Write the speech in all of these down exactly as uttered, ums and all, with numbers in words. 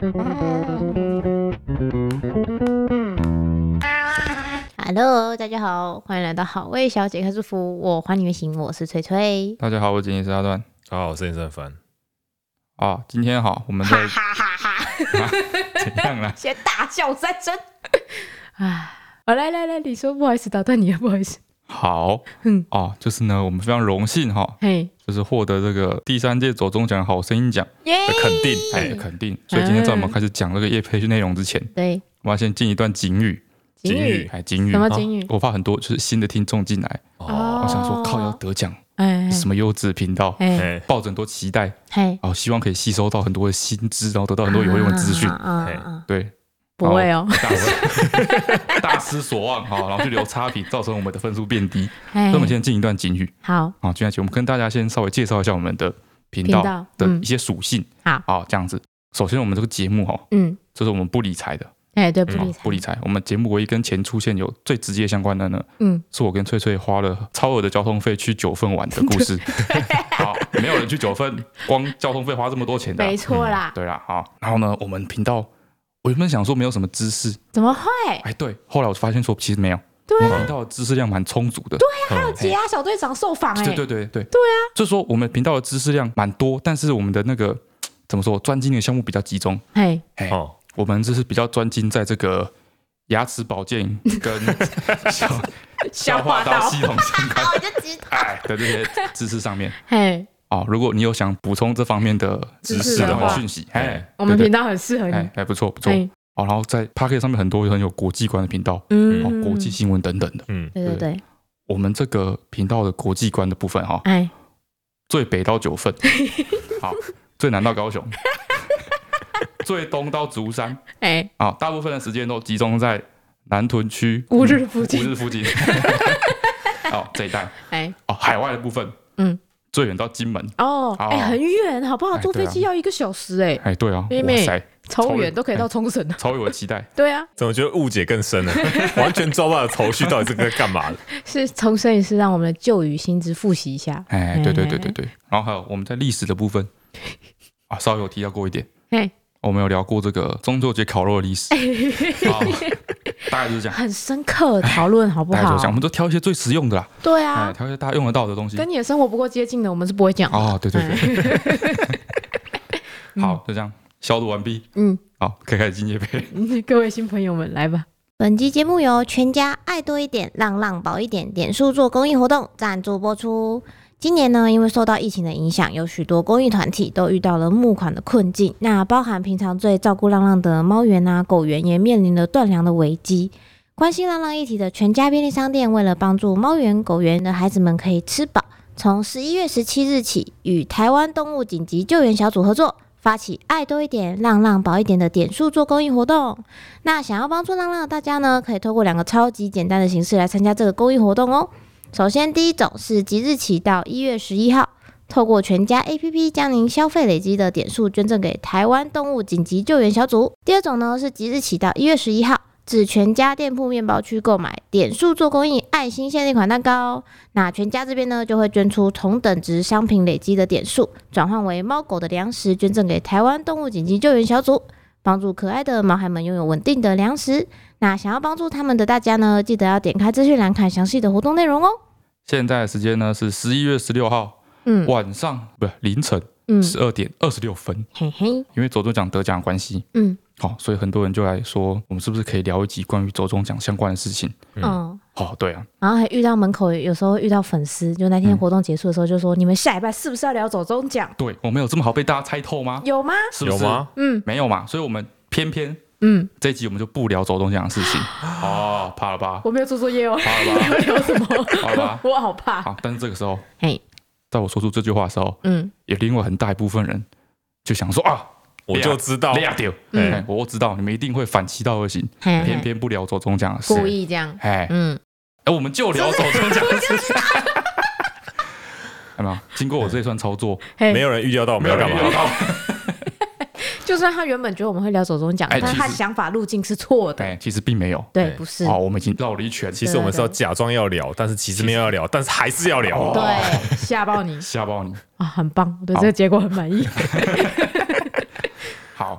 Hello， 大家好，欢迎来到好味小姐开束缚，我还你原形，我是翠翠。 大家好，我是剪辑师阿段。 大家好，我是严正凡。 啊，今天好，我们在哈哈哈哈， 啊、怎样啦？ 先大笑三声。啊，好，来来来，你说，不好意思，打断你了，不好意思。 好，嗯，哦，就是呢，我们非常荣幸哈，嘿，就是获得这个第三届走中奖好声音奖的肯定， 哎，肯定。所以今天在我们开始讲这个业配内容之前，对，我要先进一段警语。 警语， 哎，警语， 什么警语？ 我怕很多就是新的听众进来，哦，我想说靠要得奖，哎，什么优质频道，哎，抱着很多期待，哎，哦，希望可以吸收到很多的新知，然后得到很多有用的资讯，对。 不会哦， 大失所望哈，然后就留差评，造成我们的分数变低。所以我们先进一段警语。 好， 好，接下去我们跟大家先稍微介绍一下我们的频道的一些属性。好，好，这样子。首先，我们这个节目哈，嗯，这是我们不理财的。 哎，对，不理财， 不理财。我们节目唯一跟钱出现有最直接相关的呢，嗯，是我跟翠翠花了超额的交通费去九份玩的故事。好，没有人去九份，光交通费花这么多钱的。 没错啦。 对啦，好，然后呢，我们频道。我原本想说没有什么知识， 怎么会？ 哎，对，后来我发现说其实没有， 对啊， 我们频道的知识量蛮充足的。 对啊，还有解压小队长受访，哎， 对对对对， 对啊， 就是说我们频道的知识量蛮多，但是我们的那个怎么说，专精的项目比较集中。哎哎，我们就是比较专精在这个牙齿保健跟消化道系统相关，哎的这些知识上面。嘿。哦，如果你有想补充这方面的知识的讯息，哎， 我们频道很适合你， 哎，不错不错。哦，然后在 Podcast 上面很多很有国际观的频道，嗯，哦，国际新闻等等的，嗯， 对对对。 我们这个频道的国际观的部分哈，哎，最北到九份，好，最南到高雄，最东到竹山，哎，啊，大部分的时间都集中在南屯区乌日附近， 乌日附近，哦，这一带，哎，哦，海外的部分，嗯。最远到金门哦，哎，很远，好不好？坐飞机要一个小时，哎， 哎，对啊，哇塞， 超远都可以到冲绳， 超有我期待。 对啊， 怎么觉得误解更深了？完全抓不到头绪，到底是在干嘛的？ 是重申一次，让我们的旧语新知复习一下。 哎，对对对对对。然后还有我们在历史的部分啊，稍微有提到过一点。哎，我们有聊过这个中秋节烤肉的历史。大概就是这样， 很深刻的讨论，好不好？大概就这样，我们都挑一些最实用的啦。 对啊， 挑一些大家用得到的东西， 跟你的生活不够接近的，我们是不会讲的。 哦，对对对。好，就这样消毒完毕。嗯，好，可以开始进业配。 各位新朋友们，来吧。本集节目由全家爱多一点，让让饱一点点数做公益活动赞助播出。今年呢，因为受到疫情的影响，有许多公益团体都遇到了募款的困境。那包含平常最照顾浪浪的猫园啊、狗园，也面临了断粮的危机。关心浪浪议题的全家便利商店，为了帮助猫园、狗园的孩子们可以吃饱，从十一月十七日起，与台湾动物紧急救援小组合作，发起爱多一点，让浪饱一点的点数做公益活动。那想要帮助浪浪的大家呢，可以透过两个超级简单的形式来参加这个公益活动哦。首先，第一种是即日起到一月十一号，透过全家 A P P 将您消费累积的点数捐赠给台湾动物紧急救援小组。第二种呢是即日起到一月十一号，至全家店铺面包区购买点数做公益爱心限定款蛋糕。那全家这边呢就会捐出同等值商品累积的点数，转换为猫狗的粮食，捐赠给台湾动物紧急救援小组，帮助可爱的毛孩们拥有稳定的粮食。那想要帮助他们的大家呢，记得要点开资讯栏看详细的活动内容哦。 现在的时间呢是十一月十六号、嗯、晚上不是凌晨十二点二十六分。嘿嘿，因为走中奖得奖的关系，嗯，好、哦，所以很多人就来说，我们是不是可以聊一集关于走中奖相关的事情？嗯，哦，对啊， 然后还遇到门口有时候遇到粉丝，就那天活动结束的时候就说，嗯、你们下礼拜是不是要聊走中奖？ 对，我们有这么好被大家猜透吗？ 有吗？ 是不是？ 有吗？ 嗯，没有嘛，所以我们偏偏。嗯，这一集我们就不聊走中奖的事情哦，怕了吧？ 我没有做作业哦， 怕了吧？ 要聊什么？ 怕了吧？ 我好怕。 好，但是这个时候，嘿，在我说出这句话的时候，嗯，有另外很大一部分人就想说啊， 我就知道， 嗯，我知道你们一定会反其道而行，偏偏不聊走中奖的事， 故意这样， 哎，嗯，哎，我们就聊走中奖的事情。有没有？经过我这一串操作， 没有人预料到我们要干嘛。 就算他原本觉得我们会聊走中奖，但他想法路径是错的。 哎，其实并没有。 对，不是。 好，我们已经绕了一圈。 其实我们是要假装要聊，但是其实没有要聊，但是还是要聊。 对，吓爆你， 吓爆你啊，很棒，我对这个结果很满意。 好，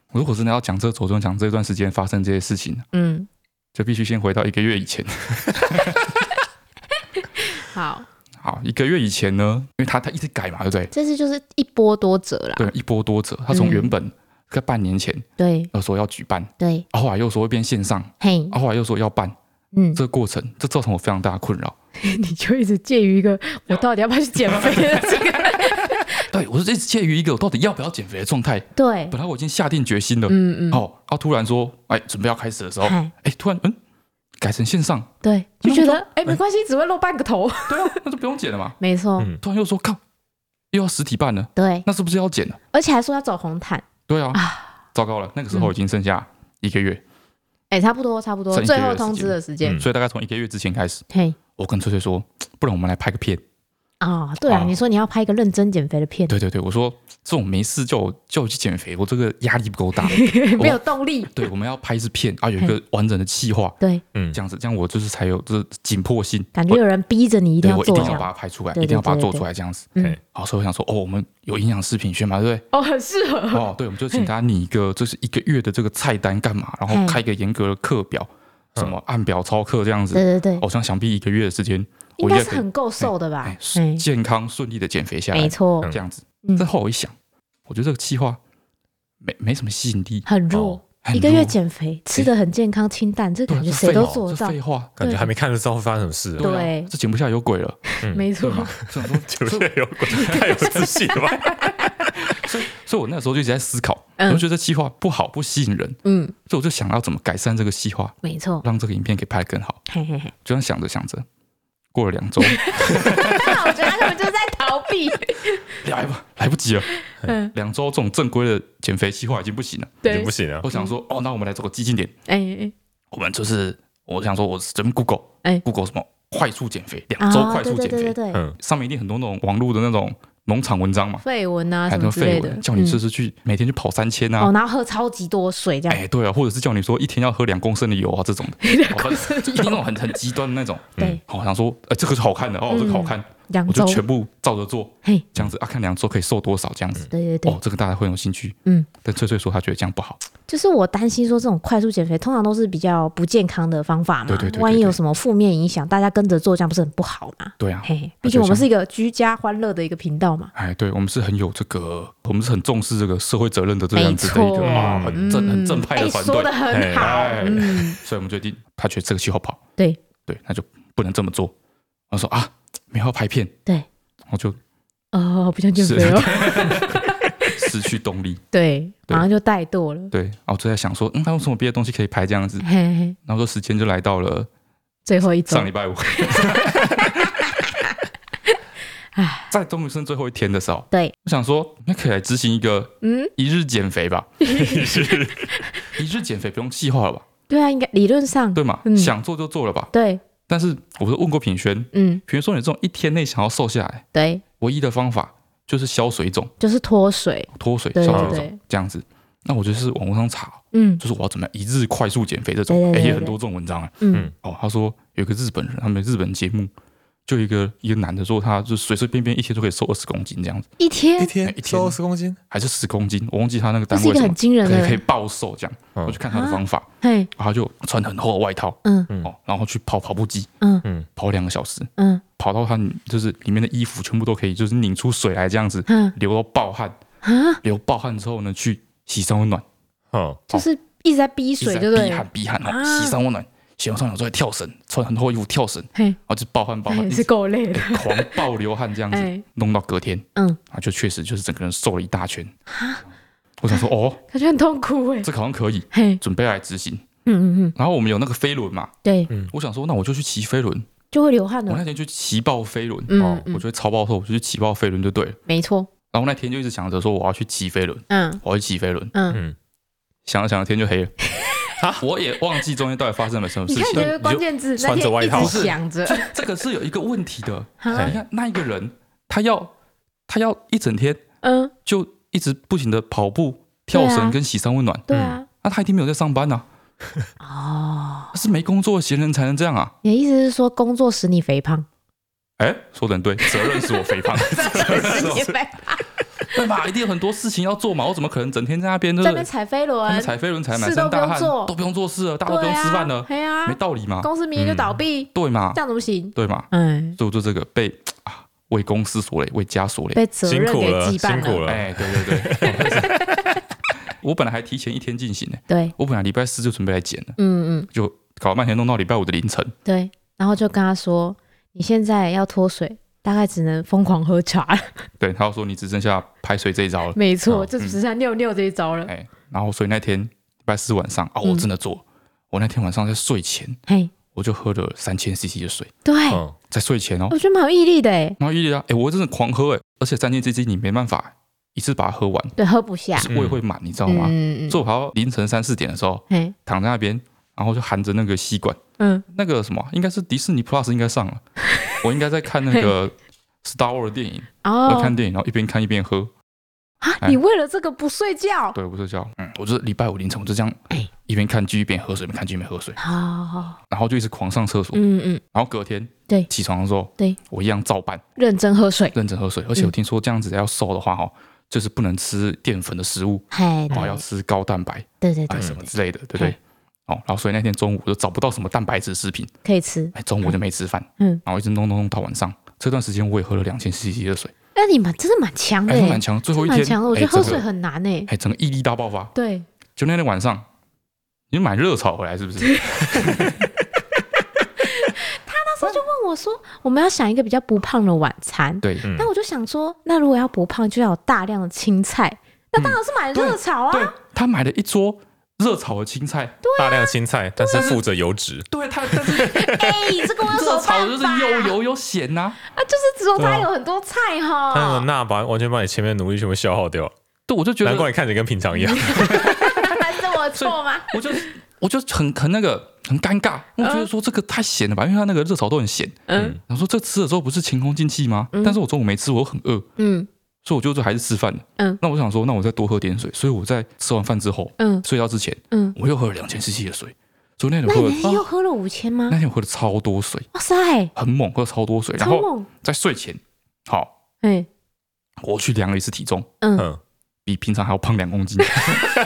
我如果真的要讲这走中讲这段时间发生这些事情，嗯，就必须先回到一个月以前。 好。 好，一个月以前呢，因为他他一直改嘛，对不对？ 这次就是一波多折啦。 对，一波多折。他从原本在半年前， 对， 又说要举办， 对， 后来又说会变线上， 嘿， 后来又说要办，嗯，这个过程，这造成我非常大的困扰。 你就一直介于一个我到底要不要去减肥的这个， 对我是一直介于一个我到底要不要减肥的状态。 对， 本来我已经下定决心了，嗯嗯，哦，然后突然说，哎，准备要开始的时候，哎，突然，嗯。改成线上， 对，就觉得哎、欸、没关系，只会露半个头， 对啊，那就不用剪了嘛。 没错， 突然又说靠，又要实体办了， 对， 那是不是要剪了？ 而且还说要走红毯， 对啊，啊糟糕了，那个时候已经剩下一个月， 哎、欸，差不多差不多，最后通知的时间、 嗯，所以大概从一个月之前开始， 嘿， 我跟翠翠说，不然我们来拍个片。 啊、哦，对啊，你说你要拍一个认真减肥的片， 对对对，我说这种没事叫我叫我去减肥，我这个压力不够大， 没有动力。 对，我们要拍一支片啊，有一个完整的企划， 对， 嗯，这样子，这样我就是才有这紧迫性， 感觉有人逼着你一定要做， 我一定要把它拍出来，一定要把它做出来，这样子。嗯，好，所以我想说，哦，我们有营养师品宣嘛，对不对？ 哦，很适合。 哦，对，我们就请他拟一个，就是一个月的这个菜单干嘛，然后开一个严格的课表，什么按表操课这样子。 对对对， 好像想必一个月的时间。 应该是很够瘦的吧？ 健康顺利的减肥下来， 没错， 这样子。之后我一想，我觉得这个企划没没什么吸引力， 很弱。一个月减肥，吃的很健康清淡，这感觉谁都做得到。 废话， 感觉还没看就知道会发生什么事。 对， 这减不下有鬼了。 没错， 减不下有鬼，太有自信了吧？ 所以，所以我那时候就一直在思考，我就觉得这企划不好，不吸引人。嗯，所以我就想要怎么改善这个企划， 没错， 让这个影片给拍得更好。 嘿嘿嘿， 就这样想着想着。过了两周， 我觉得他根本就是在逃避， 来吧，来不及了。嗯，两周这种正规的减肥计划已经不行了， 已经不行了。 我想说，哦，那我们来做个激进点。 哎哎， 我们就是，我想说，我随便 Google， 哎 ，Google 什么快速减肥，两周快速减肥，嗯，上面一定很多那种网络的那种农场文章嘛， 废文啊什么之类的， 叫你就是去每天去跑三千啊， 哦，然后喝超级多水这样， 哎，对啊，或者是叫你说一天要喝两公升的油啊这种的， 两公升油， 一定那种很很极端的那种， 对， 好想说，哎，这个是好看的哦，这个好看。我就全部照着做，嘿，这样子啊，看两周可以瘦多少这样子。 对对对， 哦，这个大家会有兴趣。嗯，但翠翠说她觉得这样不好， 就是我担心说这种快速减肥通常都是比较不健康的方法嘛， 对对对， 万一有什么负面影响，大家跟着做这样不是很不好吗？ 对啊， 嘿，毕竟我们是一个居家欢乐的一个频道嘛。 哎，对，我们是很有这个，我们是很重视这个社会责任的这样子的一个啊，很正很正派的团队， 说的很好。嗯， 所以我们决定，他觉得这个计划不好， 对对，那就不能这么做。我说啊，没有拍片， 对。 我就哦，不想减肥哦， 失去动力， 对，马上就怠惰了， 对，然后就在想说，嗯，还有什么别的东西可以拍这样子，然后说时间就来到了最后一周， 上礼拜五，在冬雨生最后一天的时候， 对， 我想说，那可以来执行一个嗯一日减肥吧，一日减肥不用计划了吧？ 对啊，应该理论上对嘛，想做就做了吧？ 对。 但是我是问过品轩，嗯，品轩说你这种一天内想要瘦下来， 对， 唯一的方法就是消水肿， 就是脱水， 脱水消水肿这样子。那我就是网络上查，嗯，就是我要怎么样一日快速减肥这种，哎，也很多这种文章啊，嗯，哦，他说有个日本人，他们日本节目就一个一个男的说，他就随随便便一天就可以瘦二十公斤这样子， 一天一天一天瘦二十公斤还是十公斤，我忘记他那个单位， 是一个很惊人的， 可以可以暴瘦这样。我去看他的方法，然后就穿很厚的外套，嗯哦，然后去跑跑步机，嗯嗯，跑两个小时，嗯，跑到他就是里面的衣服全部都可以就是拧出水来这样子，嗯，流到爆汗，啊，流爆汗之后呢，去洗三温暖， 哦，就是一直在逼水，对不对？ 逼汗逼汗哦，洗三温暖。洗完上有时候还跳绳，穿很厚衣服跳绳，然后就暴汗暴汗， 是够累的， 狂暴流汗这样子，弄到隔天，嗯，啊，就确实就是整个人瘦了一大圈。我想说，哦， 感觉很痛苦哎， 这好像可以，准备来执行。嗯嗯嗯。然后我们有那个飞轮嘛， 对， 我想说，那我就去骑飞轮， 就会流汗的。 我那天就骑爆飞轮，哦，我觉得超爆瘦，我就去骑爆飞轮就对了。 没错。 然后那天就一直想着说，我要去骑飞轮，嗯，我要去骑飞轮，嗯，想着想着天就黑了。我也忘记中间到底发生了什么事情。 你看这个关键字， 穿着外套， 想着这个是有一个问题的。你看那一个人，他要他要一整天，嗯，就一直不停的跑步、跳绳跟洗三温暖。 对啊， 那他一定没有在上班呐。哦，是没工作的闲人才能这样啊。 你的意思是说，工作使你肥胖？ 哎，说得很对，责任使我肥胖， 责任使你肥胖。 对嘛，一定有很多事情要做嘛，我怎么可能整天在那边在那边踩飞轮， 踩飞轮踩满身大汗，都不用做事了，大家都不用吃饭了， 对啊， 没道理嘛， 公司明天就倒闭， 对嘛， 这样怎么行？ 对嘛，嗯，所以我就这个被啊为公司所累，为家所累， 被责任给羁绊了， 辛苦了， 哎，对对对，我本来还提前一天进行呢， 对， 我本来礼拜四就准备来剪了， 嗯嗯， 就搞了半天弄到礼拜五的凌晨， 对，然后就跟他说，你现在要脱水。大概只能疯狂喝茶了。 对，他说你只剩下排水这一招了。 没错，就只剩下尿尿这一招了。 哎、嗯，然后所以那天礼拜四晚上啊，我真的做，嗯、我那天晚上在睡前，嘿，我就喝了三千 C C 的水。 对， 嗯、在睡前哦， 我觉得蛮有毅力的哎， 蛮有毅力啊！哎，我真的狂喝哎，而且三千 C C 你没办法一次把它喝完， 对，喝不下， 胃会满，你知道吗？嗯嗯，所以我还要凌晨三四点的时候，嘿，躺在那边，然后就含着那个吸管，嗯，那个什么，应该是迪士尼 Plus 应该上了，我应该在看那个。Star Wars 的电影，哦，我看电影，然后一边看一边喝。 啊，哎、你为了这个不睡觉？ 对，不睡觉。嗯，我就是礼拜五凌晨，我就这样，哎，一边看剧一边喝水，一边看剧一边喝水。好，好，然后就一直狂上厕所。嗯嗯。然后隔天，对，起床的时候，对，我一样照办， 认真喝水， 认真喝水。而且我听说这样子要瘦的话，哈，就是不能吃淀粉的食物，哦，要吃高蛋白， 对对对， 什么之类的，对不对？哦，然后所以那天中午我就找不到什么蛋白质食品可以吃， 哎，中午就没吃饭，嗯，然后一直弄弄弄到晚上。这段时间我也喝了两千 C C 的水， 那你蛮真的蛮强的， 蛮强。最后一天， 我觉得喝水很难哎， 哎，整个毅力大爆发。 对， 就那天晚上，你买热炒回来是不是？他那时候就问我说，我们要想一个比较不胖的晚餐。 对， 那、嗯、我就想说，那如果要不胖，就要有大量的青菜。那当然是买热炒啊。 对，对他买了一桌。热炒的青菜， 啊、 大量青菜，但是附着油脂。 对，它但是， 哎、欸，这个我有什么办法？ 热炒就是又油又咸呐、啊。 啊，就是只有它有很多菜哈。 它那个钠把完全把你前面的努力全部消耗掉。 对，我就觉得， 难怪你看起来跟平常一样。 是我错吗？ 我就我就很很那个很尴尬，我觉得说这个太咸了吧，因为它那个热炒都很咸。嗯，然后说这吃了之后不是前功尽弃吗？嗯、但是我中午没吃，我很饿。嗯。所以我就还是吃饭了。嗯，那我想说，那我再多喝点水。所以我在吃完饭之后，嗯，睡觉之前，嗯，我又喝了两千 C C 的水。所以那天喝了， 那天又喝了五千吗？ 那天我喝了超多水。 哇塞， 很猛，喝了超多水。然后在睡前，好，哎，我去量了一次体重，嗯，比平常还要胖两公斤。 是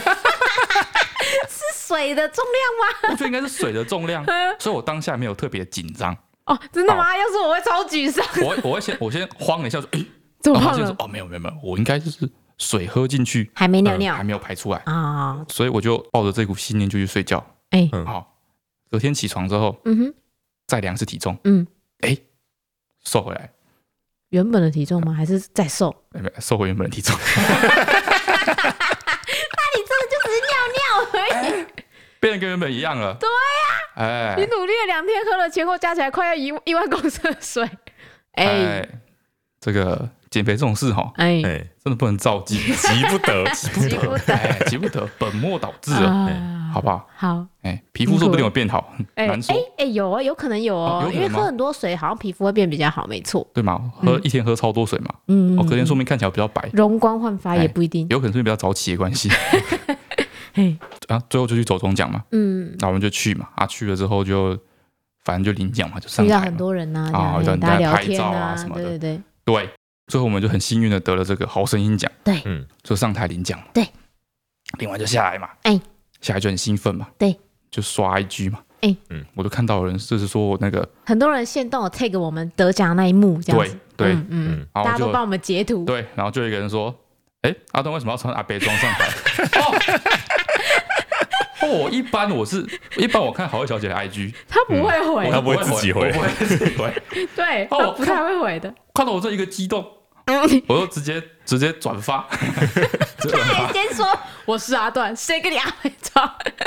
水的重量吗？我觉得应该是水的重量。所以我当下没有特别紧张。 哦，真的吗？要是我会超沮丧。 我我会先我先慌了一下，说，哎。 怎么胖了？ 哦，没有没有没有，我应该就是水喝进去， 还没尿尿， 还没有排出来啊，所以我就抱着这股信念就去睡觉。哎，好，隔天起床之后，嗯哼，再量一次体重，嗯，哎，瘦回来， 原本的体重吗？还是再瘦？ 瘦回原本的体重。 那你真的就只是尿尿而已， 变得跟原本一样了。 对呀，哎，你努力了两天，喝了前后加起来快要一一万公升的水，哎。 这个减肥这种事哈，哎，真的不能照进， 急不得， 急不得，哎，急不得，本末倒置了，好不好？ 好， 哎，皮肤说不定有变好，难说。 哎，有啊，有可能有哦，因为喝很多水，好像皮肤会变比较好，没错， 对嘛？喝一天喝超多水嘛，嗯，哦，隔天说明看起来比较白， 容光焕发也不一定， 有可能是比较早起的关系。嘿，啊，最后就去走中奖嘛，嗯，那我们就去嘛，啊，去了之后就反正就领奖嘛，就上台，遇到很多人呐，啊，大家拍照啊什么的，对对对。 对，最后我们就很幸运的得了这个好声音奖。 对， 嗯，就上台领奖嘛。 对， 领完就下来嘛。哎，下来就很兴奋嘛。 对， 就刷 I G 嘛。哎，嗯，我都看到有人就是说我那个很多人限动我 tag 我们得奖那一幕这样子。 对对， 嗯嗯，大家都帮我们截图。 对，然后就有一个人说：“哎，阿东为什么要穿阿伯装上台？”哦，一般我是一般我看好味小姐的 I G， 她不会回， 她不会自己回， 不会自己回， 对，她不太会回的。 看到我这一个激动，我就直接直接转发。 他先说我是阿段，谁跟你阿伟装？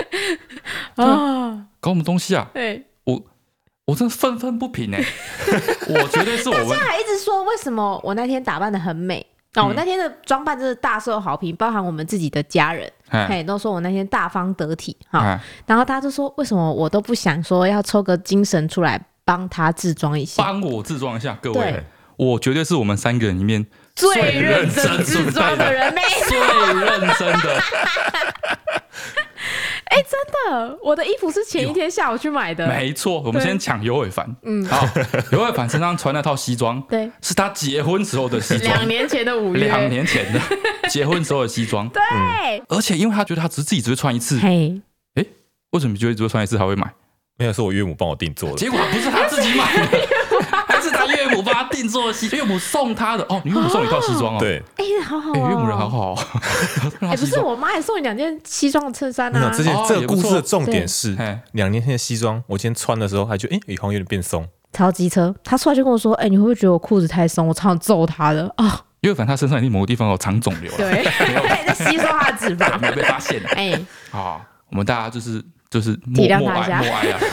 啊， 搞什么东西啊？对，我我真的愤愤不平哎！我绝对是我们， 大家还一直说为什么我那天打扮得很美。哦，我那天的装扮真的大受好评，包含我们自己的家人，嘿，都说我那天大方得体哈。然后大家就说，为什么我都不想说要抽个精神出来帮他自装一下？ 帮我自装一下，各位，我绝对是我们三个人里面最认真自装的人，没最认真的。 哎、 哎、欸，真的，我的衣服是前一天下午去买的。 没错，我们先抢尤伟凡。嗯，好，尤伟凡身上穿那套西装，对，是他结婚时候的西装， 两年前的五月， 两年前的结婚时候的西装。 对、嗯， 而且因为他觉得他只是自己只会穿一次，嘿，哎、欸，为什么你觉得只会穿一次还会买？ 没有，是我岳母帮我定做的， 结果不是他自己买的。还是他岳母帮他定做的西，岳母送他的哦。你岳母送你一套西装哦。 对， 哎、欸，好好、哦， 岳母人好好、哦。 哎、欸，不是，我妈也送你两件西装的衬衫啊。 没有，这件、哦、这个故事的重点是，两年前的西装，我今天穿的时候还觉得，哎、欸，好像有点变松。 超机车，他出来就跟我说，哎、欸，你会不会觉得我裤子太松？我超想揍他的啊！哦、 因为反正他身上一定某个地方有藏肿瘤了， 对，在吸收他的脂肪， 没有被发现。哎、欸，好，我们大家就是就是体谅他一下， 默哀啊。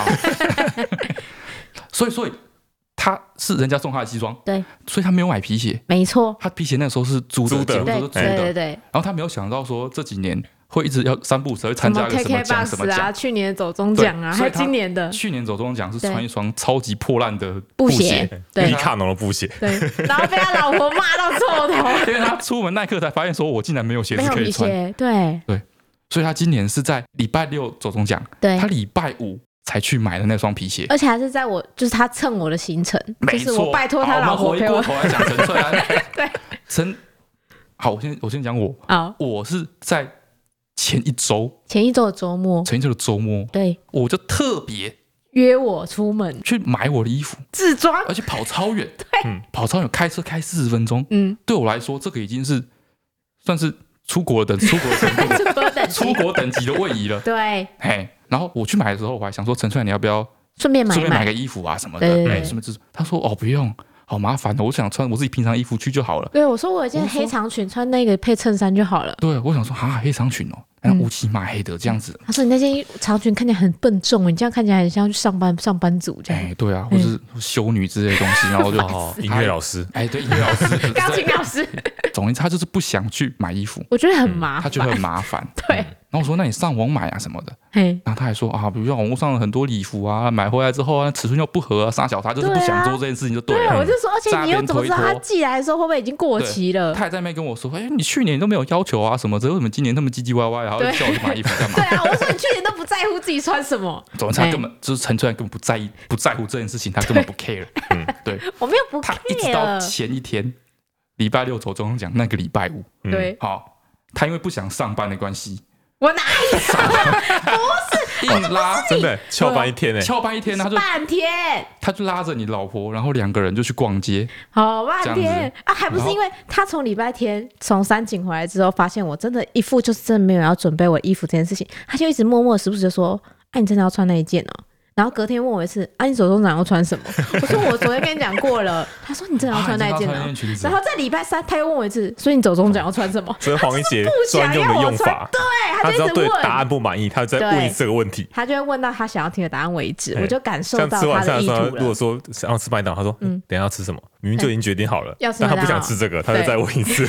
所以，所以。他是人家送他的西装，对，所以他没有买皮鞋， 没错， 他皮鞋那时候是租的， 对对对对。 然后他没有想到说这几年会一直要三不五时会参加一个什么奖什么奖、 啊，去年走中奖啊，还有今年的去年走中奖是穿一双超级破烂的布鞋， 对，迪卡侬的布鞋， 对，然后被他老婆骂到臭头， 因为他出门那一刻才发现说我竟然没有鞋子可以穿， 对对，所以他今年是在礼拜六走中奖，对，他礼拜五才去买的那双皮鞋， 而且还是在我就是他蹭我的行程，就是我拜托他老婆陪我。 我们回过头来讲陈翠安， 对， 陈好，我先我先讲我， 好， 我是在前一周， 前一周的周末， 前一周的周末， 对， 我就特别约我出门去买我的衣服， 自装， 而且跑超远， 对， 嗯，跑超远，开车开四十分钟，嗯，对我来说，这个已经是算是出国的出国的程度， 出国等级， 出国等级的位移了， 对， 嘿。然后我去买的时候，我还想说陈翠，你要不要顺便买顺便买个衣服啊什么的？对，什么之？他说哦不用，好麻烦的，我想穿我自己平常衣服去就好了。 对，我说我有一件黑长裙，穿那个配衬衫就好了。 对，我想说啊黑长裙哦，然后乌漆嘛黑的这样子。 他说你那件长裙看起来很笨重，你这样看起来很像去上班上班族这样。 哎，对啊，或是修女之类的东西，然后就哦音乐老师， 哎对音乐老师， 钢琴老师。 总之他就是不想去买衣服， 我觉得很麻烦， 他觉得很麻烦。 对。 然后我说那你上网买啊什么的，然后他还说啊，比如说网络上有很多礼服啊，买回来之后啊尺寸又不合啊，傻小他就是不想做这件事情就对了。 对，我就说，而且你又怎么知道他寄来的时候会不会已经过期了？ 他还在那边跟我说，哎，你去年都没有要求啊什么的，为什么今年那么唧唧歪歪，然后叫我去买衣服干嘛？ 对啊，我说你去年都不在乎自己穿什么， 总之他根本就是陈翠兰根本不在意，不在乎这件事情，他根本不 care。嗯，对， 我没有不 care， 他一直到前一天礼拜六走中奖那个礼拜五， 对， 好，他因为不想上班的关系。 我哪有？不是， 硬拉， 真的翘班一天呢， 翘班一天，他就半天， 他就拉着你老婆，然后两个人就去逛街， 好半天啊，还不是因为他从礼拜天从三井回来之后，发现我真的一副就是真的没有要准备我衣服这件事情，他就一直默默时不时就说：“哎、啊，你真的要穿那一件哦？”然后隔天问我一次，啊，你手中长要穿什么？我说我昨天跟你讲过了。他说你真的要穿那一件呢？然后在礼拜三他又问我一次，所以你手中奖要穿什么？ 这是黄一杰专用的用法。 对，他就一直问，他只要对答案不满意，他就再问这个问题。 他就会问到他想要听的答案为止，我就感受到他的意图了。 如果说想要吃麦当劳，他说嗯，等一下要吃什么？明明就已经决定好了，但他不想吃这个，他就再问一次。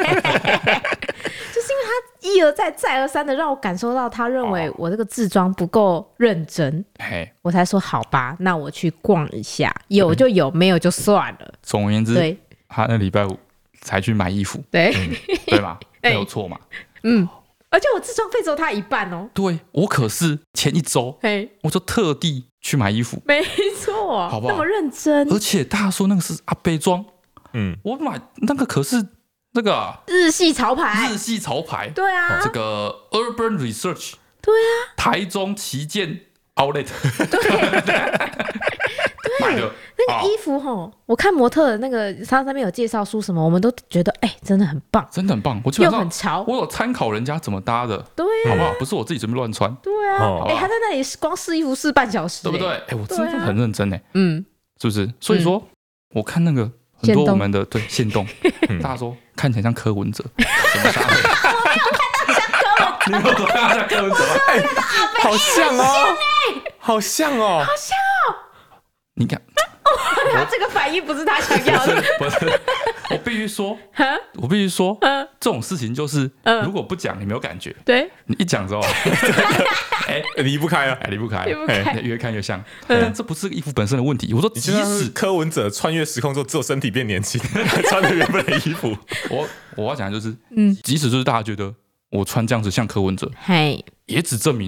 就是因为他一而再再而三的让我感受到他认为我这个自装不够认真，我才说好吧，那我去逛一下，有就有，没有就算了。 总而言之，对，他那礼拜五才去买衣服， 对、 嗯、对吧？没有错嘛。 嗯，而且我自装费只有他一半哦。 对，我可是前一周，我就特地去买衣服， 没错，好不好？那么认真， 而且大家说那个是阿伯装，嗯，我买那个可是。那个、啊、 日系潮牌， 日系潮牌， 对啊， 这个 Urban Research， 对啊， 台中旗舰 Outlet， 对，对，那个衣服吼，哦、我看模特的那个，它上面有介绍书什么，我们都觉得哎、欸，真的很棒， 真的很棒，我基本上又很潮， 我有参考人家怎么搭的， 对、啊， 好不好？不是我自己随便乱穿， 对啊，哎、哦欸，他在那里光试衣服试半小时、欸， 对不对？哎、欸，我真的很认真哎、欸， 嗯， 是不是？所以说，嗯、我看那个。很多我们的对限动，大家说看起来像柯文哲，什么搭配？ 我没有看到像柯文哲， 你有看到像柯文哲？ 哎，好像哦，好像哦， 好像哦。 你看， 他这个反应不是他想要的。 不是，我必须说，我必须说，这种事情就是，如果不讲你没有感觉， 对， 你一讲之后， 哎，离不开了， 离不开， 离不开， 越看越像。但这不是衣服本身的问题。我说，即使柯文哲穿越时空之后，只有身体变年轻，穿着原本的衣服。 我我要讲的就是，嗯，即使就是大家觉得我穿这样子像柯文哲，嘿，也只证明了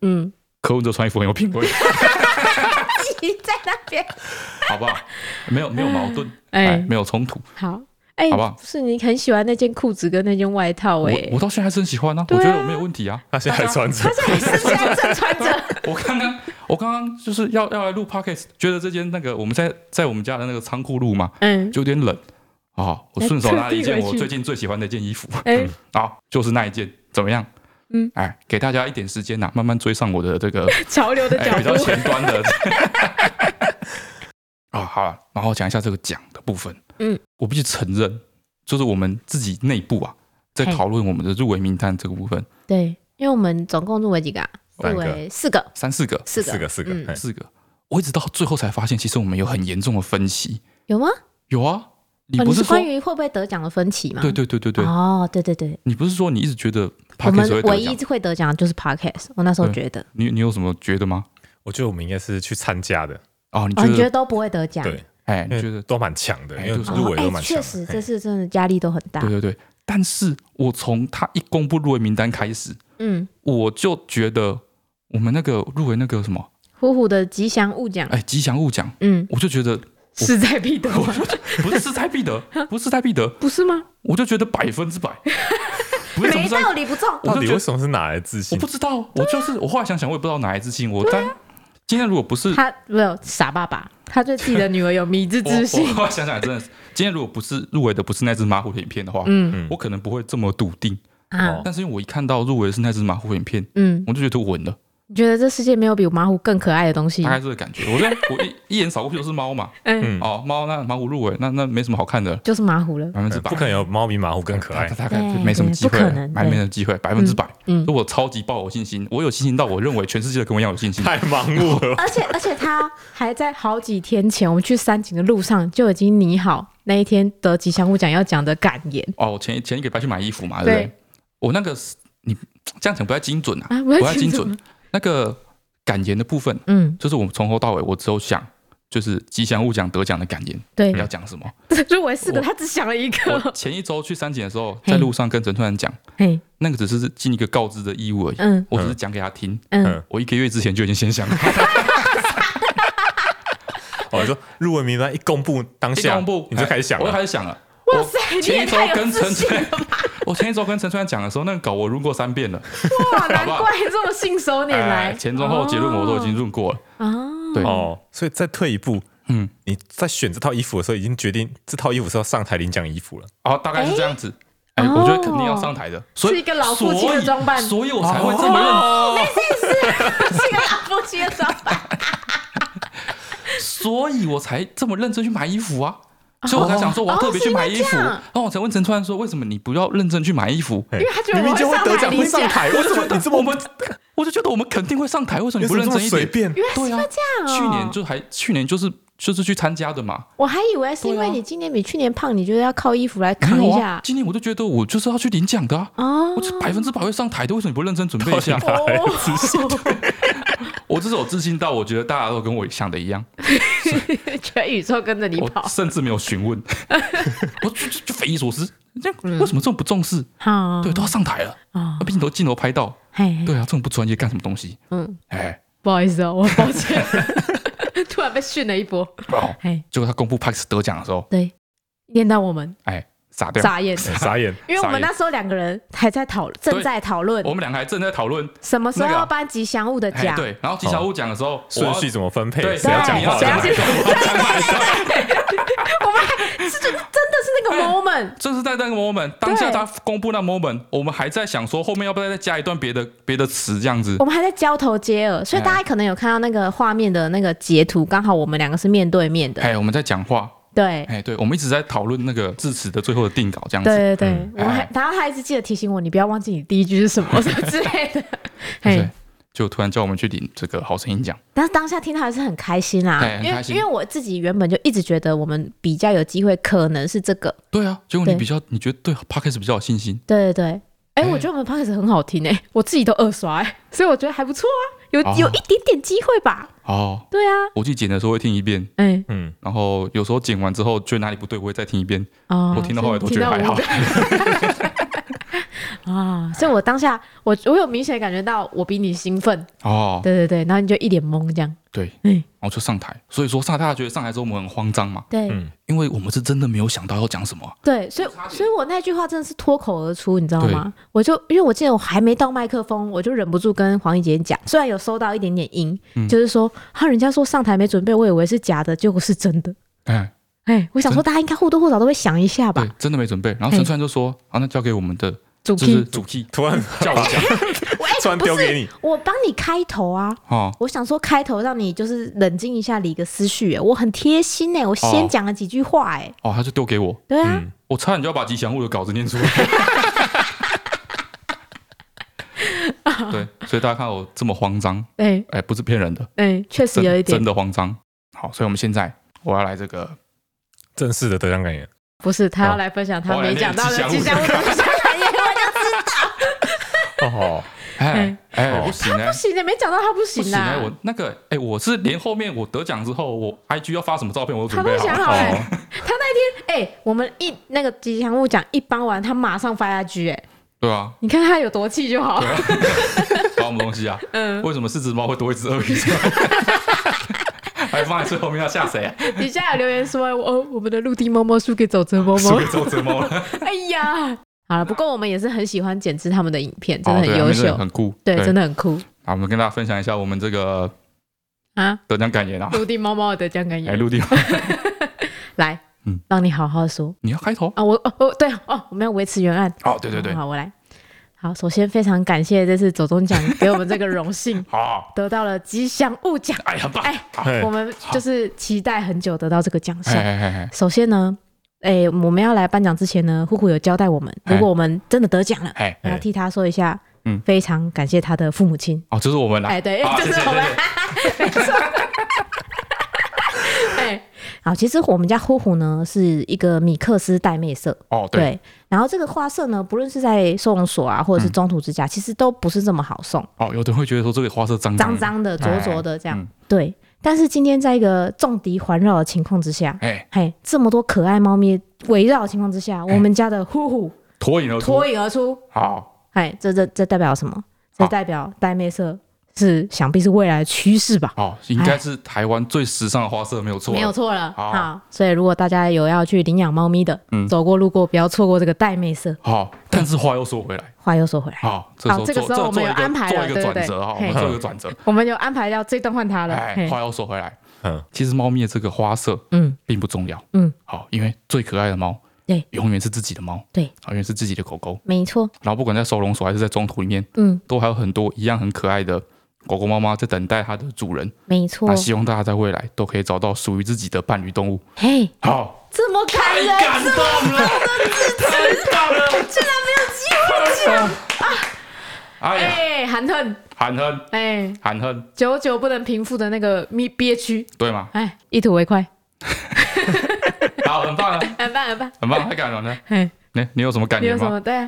嗯，柯文哲穿衣服很有品味。 你在那边， 好不好？没有没有矛盾，哎、欸，没有冲突。 好，哎、欸， 好不好？ 不是你很喜欢那件裤子跟那件外套、欸，哎， 我我到现在还是很喜欢啊，啊我觉得我没有问题啊。 他现在还穿着， 他现在现在正穿着。 我刚刚我刚刚就是要要来录 podcast， 觉得这件那个我们在在我们家的那个仓库录嘛，嗯，就有点冷啊、哦。我顺手拿了一件我最近最喜欢的一件衣服，嗯，啊，就是那一件，怎么样？嗯，哎，给大家一点时间呐、啊，慢慢追上我的这个潮流的脚步、 哎，比较前端的。啊、哦，好了，然后讲一下这个奖的部分。嗯，我必须承认，就是我们自己内部啊，在讨论我们的入围名单这个部分。 对，因为我们总共入围几个、啊？入围四个， 三四个， 四个， 四个，四个，嗯、 四个。我一直到最后才发现，其实我们有很严重的分歧。 有吗？ 有啊。 你不是说、哦、你是关于会不会得奖的分歧吗？ 对对对对对。 哦，对对对。 你不是说你一直觉得 Podcast 我们唯一会得奖的就是 Podcast， 我那时候觉得。 你你有什么觉得吗？ 我觉得我们应该是去参加的。 哦，你觉得、 哦、你觉得都不会得奖？ 对， 哎，你觉得都蛮强的，因为入围都蛮强的。 确、哦、实，这次真的压力都很大。 对对对，但是我从他一公布入围名单开始，嗯，我就觉得我们那个入围那个什么虎虎的吉祥物奖， 哎，吉祥物奖，嗯，我就觉得。 势在必得吗？ 不是势在必得，不是势在必得， 不是吗？ 我就觉得百分之百， 不是没道理不中。 到底为什么是哪来自信？ 我不知道，我就是我后来想想，我也不知道哪来自信。我但今天如果不是他，没有傻爸爸，他对自己的女儿有迷之自信。 我后来想想，真的，今天如果不是入围的不是那只马虎的影片的话，嗯，我可能不会这么笃定啊。但是因为我一看到入围的是那只马虎影片，嗯，我就觉得稳了。 你觉得这世界没有比马虎更可爱的东西？ 大概这个感觉。我在我一一眼扫过去就是猫嘛，嗯，哦，猫那马虎入围，那那没什么好看的， 就是马虎了， 百分之百， 不可能有猫比马虎更可爱， 大概没什么机会，蛮没什么机会，百分之百。嗯，我超级抱有信心，我有信心到我认为全世界都跟我一样有信心， 太盲目了。 而且而且他还在好几天前，我们去三井的路上就已经拟好那一天得吉祥物奖要讲的感言。 哦，前前一个礼拜去买衣服嘛，对不对？我那个你这样讲不太精准啊，不太精准，那个。感言的部分，嗯，就是我们从头到尾，我只有想，就是吉祥物奖得奖的感言，对，要讲什么？ 入围四个，他只想了一个。 前一周去三井的时候，在路上跟陈川讲，那个只是尽一个告知的义务而已，嗯，我只是讲给他听，嗯，我一个月之前就已经先想了。 我说入围名单一公布当下， 公布你就开始想了， 我就开始想了。 哇塞， 前一周跟陈川，我前一周跟陈川讲的时候，那个稿我润过三遍了。 哇，难怪这么信手拈来。 哎、前中后结论我都已经润过了。哦，对哦，所以再退一步，嗯，你在选这套衣服的时候，已经决定这套衣服是要上台领奖衣服了。 哦，大概是这样子。哎、欸欸，我觉得肯定要上台的，所以是一个老夫妻的装扮， 所以我才会这么认。 哦，没事，是一个老夫妻的装扮。 所以我才这么认真去买衣服啊。所以我才想说，我要特别去买衣服，然后我才问陈川说，为什么你不要认真去买衣服？ 因为他觉得明明就会得奖会上台，为什么你这么我们？我就觉得我们肯定会上台，为什么你不认真一点？ 便对啊，这样哦。 去年就还去年就是就是去参加的嘛。 我还以为是因为你今年比去年胖，你觉得要靠衣服来扛一下。 今年我就觉得我就是要去领奖的啊，我是百分之百会上台的，为什么你不认真准备一下？我这是有自信到，我觉得大家都跟我想的一样， 全宇宙跟着你跑， 甚至没有询问，我就就就匪夷所思，这为什么这么不重视？嗯、对，都要上台了，啊、哦，镜头镜头拍到，对啊，这么不专业干什么东西？嗯，哎， 不好意思哦，我抱歉，突然被训了一波。 哦，结果他公布 Pax 得奖的时候， 对，念到我们， 哎。傻掉， 傻眼， 傻眼， 因为我们那时候两个人还在讨，正在讨论， 我们两个还正在讨论什么时候要颁吉祥物的奖， 对，然后吉祥物奖的时候顺序怎么分配， 对， 谁要讲话， 谁要讲话，我们还是真的是那个 moment， 这是在那个 moment， 当下他公布那 moment， 我们还在想说后面要不要再加一段别的别的词这样子， 我们还在交头接耳，所以大家可能有看到那个画面的那个截图，刚好我们两个是面对面的， 哎，我们在讲话。 对， 哎，对，我们一直在讨论那个致辞的最后的定稿，这样子。 对对对，嗯、我还，然后他一直记得提醒我，你不要忘记你第一句是什么什么之类的。 对，就突然叫我们去领这个好声音奖。 但是当下听他还是很开心啦、啊，因为因为我自己原本就一直觉得我们比较有机会，可能是这个。 对啊，结果你比较，你觉得对 Podcast 比较有信心？ 对对对，哎、欸，我觉得我们 Podcast 很好听哎、欸，我自己都二刷哎、欸，所以我觉得还不错啊。有有一点点机会吧？哦，对啊， 我去剪的时候会听一遍，嗯嗯，然后有时候剪完之后觉得哪里不对，我会再听一遍。哦，我听到后来都觉得还好。 啊，所以我当下我我有明显感觉到我比你兴奋哦，对对对，然后你就一脸懵这样， 对，嗯，然后就上台，所以说上台大家觉得上台之后我们很慌张嘛， 对，嗯， 因为我们是真的没有想到要讲什么， 对，所以所以我那句话真的是脱口而出，你知道吗？我就因为我记得我还没到麦克风，我就忍不住跟黄怡姐讲，虽然有收到一点点音，嗯、就是说哈，人家说上台没准备，我以为是假的，结果是真的，哎。哎，我想说，大家应该或多或少都会想一下吧。 对，真的没准备。然后陈川就说：“啊，那交给我们的主 key， 主 key， 突然叫我讲，突然丢给你， 我帮你开头啊。哦，我想说开头让你就是冷静一下，理个思绪。我很贴心哎，我先讲了几句话哎。 哦，他就丢给我。 对啊， 我差点就要把吉祥物的稿子念出来。对，所以大家看我这么慌张，哎哎，不是骗人的， 哎，确实有一点真的慌张。好，所以我们现在我要来这个。” 正式的得奖感言不是他要来分享他没讲到的吉祥物得奖感言，我就知道。 哦，哎哎，不行， 他不行的，没讲到他不行啊。我那个哎，我是连后面我得奖之后，我 I G 要发什么照片我都准备好了。 他都想好哎，他那天哎，我们一那个吉祥物奖一颁完，他马上发 I G 哎。 对啊， 你看他有多气就好。 发什么东西啊？嗯，为什么四只猫会多一只鳄鱼？还放在最后面要吓谁啊？ 底下有留言说：“哦，我们的陆地猫猫输给沼泽猫猫， 输给沼泽猫了。” 哎呀，好了，不过我们也是很喜欢剪辑他们的影片，真的很优秀， 很酷， 对，真的很酷。 好，我们跟大家分享一下我们这个啊得奖感言啊， 陆地猫猫的得奖感言。 哎，陆地， 来，嗯，让你好好说。 你要开头啊？我哦对哦，我们要维持原案。 哦，对对对， 好，我来。好，首先非常感谢这次走中奖给我们这个荣幸，好，得到了吉祥物奖， 哎，很棒， 哎，我们就是期待很久得到这个奖项。首先呢，哎，我们要来颁奖之前呢，呼呼有交代我们，如果我们真的得奖了，要替他说一下，嗯，非常感谢他的父母亲。 哦，就是我们了， 哎，对，就是我们，没错。哎，好，其实我们家呼呼呢是一个米克斯玳瑁色哦，对， 然后这个花色呢，不论是在收容所啊，或者是中途之家，嗯、其实都不是这么好送哦。有的人会觉得说这个花色脏脏脏的、浊浊的这样，哎嗯、对。但是今天在一个重敌环绕的情况之下，哎，嘿，这么多可爱猫咪围绕的情况之下，哎、我们家的呼呼脱颖而出， 脱颖而出。 好， 哎，这这这代表什么？这代表玳瑁色。是想必是未来的趋势吧？ 哦，应该是台湾最时尚的花色，没有错， 没有错了。好，好，所以如果大家有要去领养猫咪的，嗯，走过路过不要错过这个玳瑁色。 好，但是话又说回来， 话又说回来， 好， 好，这个时候我们有安排了， 做一个转折哈，我们做一个转折， 我们有安排要这段换它了。 哎，话又说回来，嗯，其实猫咪的这个花色，嗯，并不重要，嗯，好，因为最可爱的猫。对，永远是自己的猫， 对， 永远是自己的狗狗， 没错。 然后不管在收容所还是在中途里面，嗯，都还有很多一样很可爱的狗狗、猫猫在等待它的主人， 没错。 那希望大家在未来都可以找到属于自己的伴侣动物。 嘿， 好， 这么感人， 太感动了， 太感了，居然没有机会讲啊！ 哎， 含恨， 含恨， 哎， 含恨， 久久不能平复的那个憋屈， 对吗？ 哎，一吐为快。 好，很棒了， 很棒，很棒， 很棒，太感人了。你你有什么感觉吗？ 你有什么？对啊。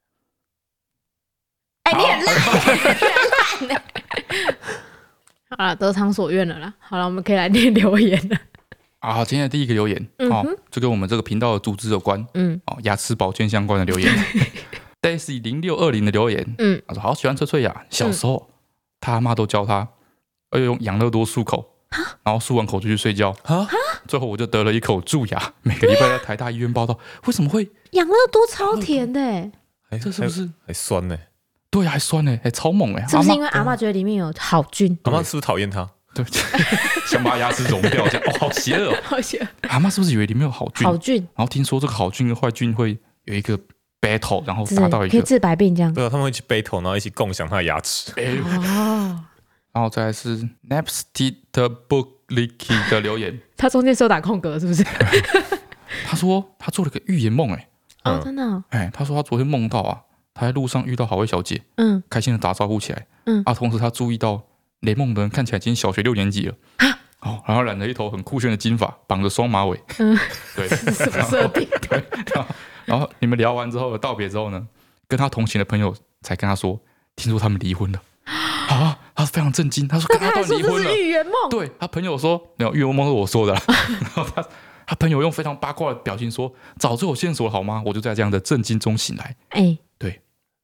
哎，你很烂，烂。好了，得偿所愿了啦。好了，我们可以来念留言了。 好，今天的第一个留言哦，就跟我们这个频道的组织有关，嗯，哦，牙齿保健相关的留言。Daisy 零六二零的留言，嗯，他说好喜欢翠翠雅，小时候他阿妈都教他要用养乐多漱口。然后漱完口就去睡觉啊！最后我就得了一口蛀牙，每个礼拜在台大医院报到。为什么会养乐多超甜的？ 哎，这是不是还酸呢？ 对，还酸呢，还超猛哎！ 是不是因为阿嬷觉得里面有好菌？ 阿嬷是不是讨厌它？ 对，想把牙齿融掉，这样哦，好邪恶， 好邪恶！ 阿嬷是不是以为里面有好菌？ 好菌， 然后听说这个好菌跟坏菌会有一个 battle， 然后达到一个可以治百病这样。 对啊，他们会一起 battle， 然后一起共享他的牙齿。 哦。然后再来是 Napsty 的 Booklicky 的留言， 他中间是有打空格是不是？ 他说他做了个预言梦，哎， 哦，真的， 哎，他说他昨天梦到啊，他在路上遇到好味小姐，嗯，开心的打招呼起来，嗯，啊，同时他注意到雷梦的人看起来已经小学六年级了，哦，然后染了一头很酷炫的金发，绑着双马尾，嗯，对， 什么设定？ 对，然后你们聊完之后道别之后呢，跟他同行的朋友才跟他说，听说他们离婚了。啊，他非常震惊，他说跟他都离婚了。 是预言梦。 对他朋友说，没有预言梦是我说的啦。然后他他朋友用非常八卦的表情说，早就有线索了好吗？我就在这样的震惊中醒来。哎，对，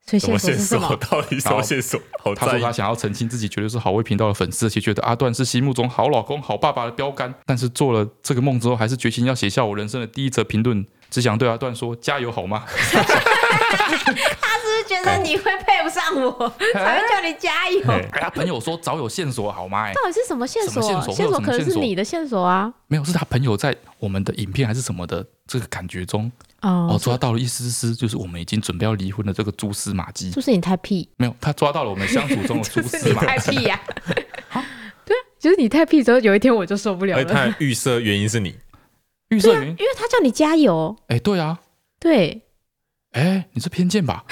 所以线索是什么？ 到底什么线索？ 他说他想要澄清自己绝对是好味频道的粉丝，而且觉得阿段是心目中好老公、好爸爸的标杆。但是做了这个梦之后，还是决心要写下我人生的第一则评论，只想对阿段说加油好吗？ 他是不是觉得你会配不上我，才会叫你加油？ 哎，他朋友说早有线索好吗？ 到底是什么线索？ 线索线索可能是你的线索啊。 没有，是他朋友在我们的影片还是什么的这个感觉中。哦，抓到了一丝丝，就是我们已经准备要离婚的这个蛛丝马迹。 就是你太屁， 没有，他抓到了我们相处中的蛛丝马迹。 太屁呀！对啊，就是你太屁之后，有一天我就受不了了。 而他预设原因是你， 预设原因， 因为他叫你加油。 哎，对啊， 对， 哎，你是偏见吧？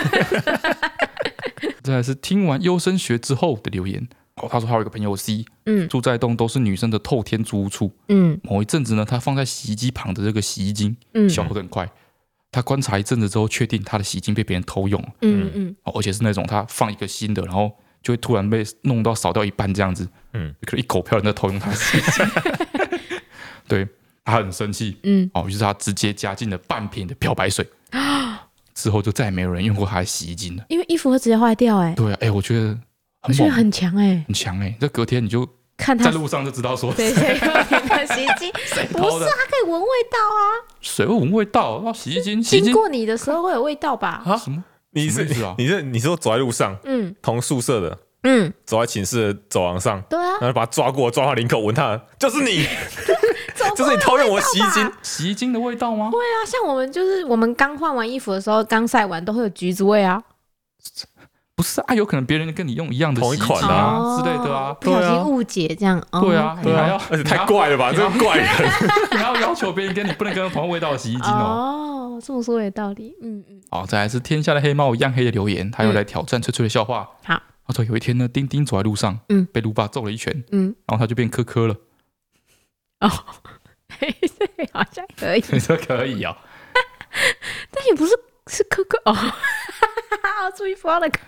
这还是听完优生学之后的留言。哦，他说他有一个朋友 C， 嗯，住在一栋都是女生的透天租屋处，嗯，某一阵子呢，他放在洗衣机旁的这个洗衣精，嗯，消耗得很快。他观察一阵子之后，确定他的洗衣精被别人偷用了，嗯嗯，哦，而且是那种他放一个新的，然后就会突然被弄到少掉一半这样子，嗯，可能一狗票人在偷用他的洗衣精，对，他很生气，嗯，哦，于是他直接加进了半瓶的漂白水，之后就再也没有人用过他的洗衣精了， 因为衣服会直接坏掉，哎， 对啊，哎，我觉得。 我觉得很强哎、欸， 很强哎、欸！这隔天你就看他在路上就知道说， 谁谁用你的洗衣机？不是，它可以闻味道啊。 水会闻味道？那洗衣精经过你的时候会有味道吧？ 啊？什么？ 你是你是你是说走在路上，嗯，同宿舍的，嗯，走在寝室的走廊上， 对啊， 然后把他抓过，抓他领口闻他，就是你，就是你偷用我洗衣精， 洗衣精的味道吗？ 会啊，像我们就是我们刚换完衣服的时候，刚晒完都会有橘子味啊。 不是啊，有可能别人跟你用一样的同一款啊、哦、之类的啊， 不小心误解这样。 哦、对啊， 对啊， 你还要而且太怪了吧，这个怪人， 你还要要求别人跟你不能跟同味道的洗衣精哦。哦，这么说有道理。嗯嗯。 好，再来是天下的黑猫一样黑的留言，他又来挑战翠翠的笑话。 好， 他说有一天呢，丁丁走在路上，嗯，被卢爸揍了一拳，嗯，然后他就变科科了。 哦，嘿，这好像可以， 你说可以哦， 但也不是是科科哦，注意不要的科。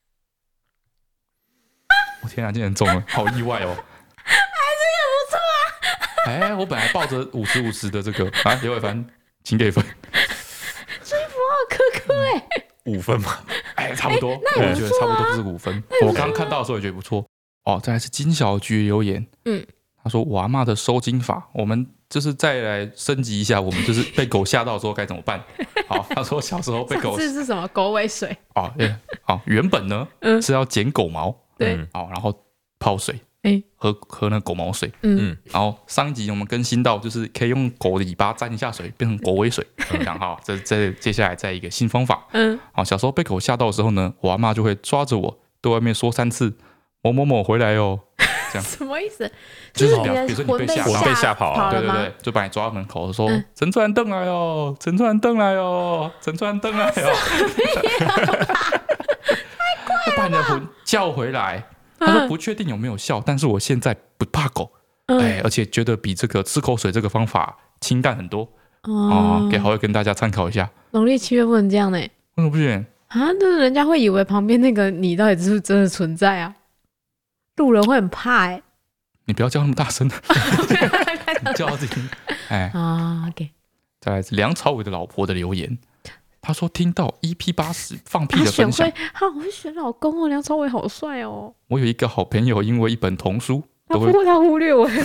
我天啊，竟然中了，好意外哦！ 还是很不错啊。 哎、欸，我本来抱着五十五十的这个啊，刘伟凡，请给分。 追不到科科哎， 五分嘛， 哎、欸，差不多， 欸那也不错啊、 我觉得差不多是五分。我刚看到的时候也觉得不错。哦，再来是金小菊留言，嗯，他说我阿嬷的收金法，我们就是再来升级一下，我们就是被狗吓到之后该怎么办？好，他说小时候被狗， 这是什么狗尾水？ 哦，对，好，原本呢，嗯，是要剪狗毛。 对， 好，然后泡水，哎、欸，喝喝那狗毛水， 嗯， 然后上一集我们更新到，就是可以用狗的尾巴沾一下水，变成狗尾水，这样哈。这这接下来再一个新方法，嗯，好，小时候被狗吓到的时候呢，我阿嬷就会抓着我对外面说三次某某某回来哦，这样什么意思？ 就是比如说你被吓被吓跑了， 对对对，就把你抓到门口说陈川登来哦，陈川登来哦，陈川登来哦。就把你的魂叫回来。他说不确定有没有效，但是我现在不怕狗，哎、嗯，而且觉得比这个吃口水这个方法清淡很多。哦，哦给好友跟大家参考一下。 农历七月不能这样呢？为什么不行啊？就是人家会以为旁边那个你到底是不是真的存在啊？路人会很怕哎、欸。 你不要叫那么大声，你叫到自己。哎啊 ，OK。 再来是梁朝伟的老婆的留言。他说：“听到 E P 八十放屁的分享， 他好会选老公哦，梁朝伟好帅哦。 我有一个好朋友，因为一本童书， 他忽他忽略我。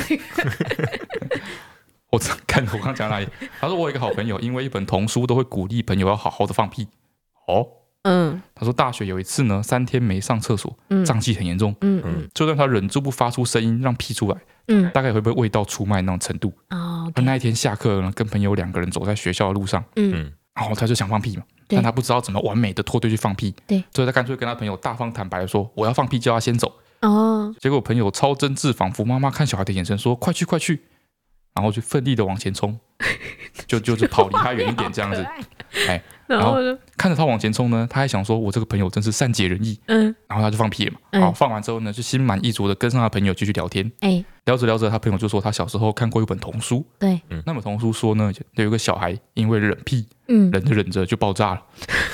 我看我刚讲哪里？他说我有一个好朋友，因为一本童书，都会鼓励朋友要好好的放屁。哦，嗯，他说大学有一次呢，三天没上厕所，胀气很严重，嗯嗯，就让他忍住不发出声音，让屁出来，嗯，大概会不会味道出卖那种程度？哦，那一天下课呢，跟朋友两个人走在学校的路上，嗯。”然后他就想放屁嘛，但他不知道怎么完美的脱队去放屁，对，所以他干脆跟他朋友大方坦白的说：“我要放屁，叫他先走。”哦，结果朋友超真挚，仿佛妈妈看小孩的眼神，说：“快去，快去！”然后就奋力的往前冲，就就是跑离他远一点这样子，哎，然后看着他往前冲呢，他还想说：“我这个朋友真是善解人意。”嗯，然后他就放屁了嘛，嗯、好，放完之后呢，就心满意足的跟上他朋友继续聊天，哎，聊着聊着，他朋友就说他小时候看过一本童书，对，嗯，那本童书说呢，有一个小孩因为忍屁。嗯，忍着忍着就爆炸了。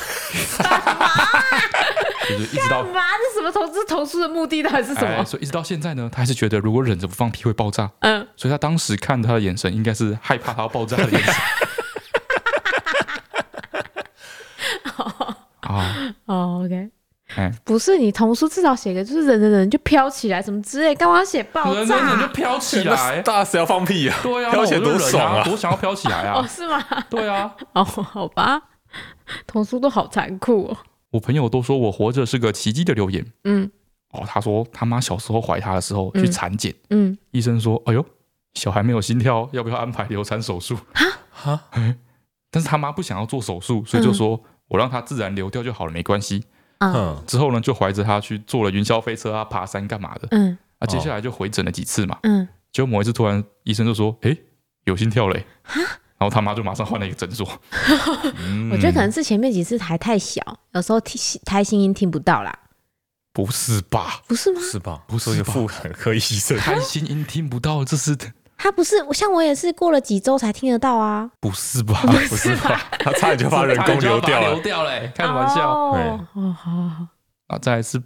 就是一直到干嘛？这什么童这童书的目的到底是什么、哎？ 所以一直到现在呢，他还是觉得如果忍着不放屁会爆炸。嗯，所以他当时看他的眼神应该是害怕他要爆炸的眼神。啊， 哦 ，OK。哎，不是你童书至少写个就是人的人就飘起来什么之类，干嘛写爆炸？ 人的人就飘起来， 大家谁要放屁啊？ 对啊， 飘起来多爽啊！ 多想要飘起来啊！ 哦，是吗？ 对啊。 哦，好吧，童书都好残酷哦。 我朋友都说我活着是个奇迹的留言。嗯。哦，他说他妈小时候怀他的时候去产检，嗯，医生说，哎呦，小孩没有心跳，要不要安排流产手术？哈哈。但是他妈不想要做手术，所以就说、嗯、我让他自然流掉就好了，没关系。嗯，之后呢，就怀着他去坐了云霄飞车啊，爬山干嘛的。嗯，啊，接下来就回诊了几次嘛。嗯，结果某一次突然医生就说：“哎，有心跳嘞。”哈，然后他妈就马上换了一个诊所。 嗯、我觉得可能是前面几次还太小，有时候胎心音听不到啦。 不是吧？ 不是吗？ 是吧？不是有妇产科医生， 胎心音听不到，这是。 他不是像我也是过了几周才听得到啊！ 不是吧？ 不是吧？ 他差点就把人工流掉了， 流掉了，开玩笑。 哦，好好好。 啊，再来是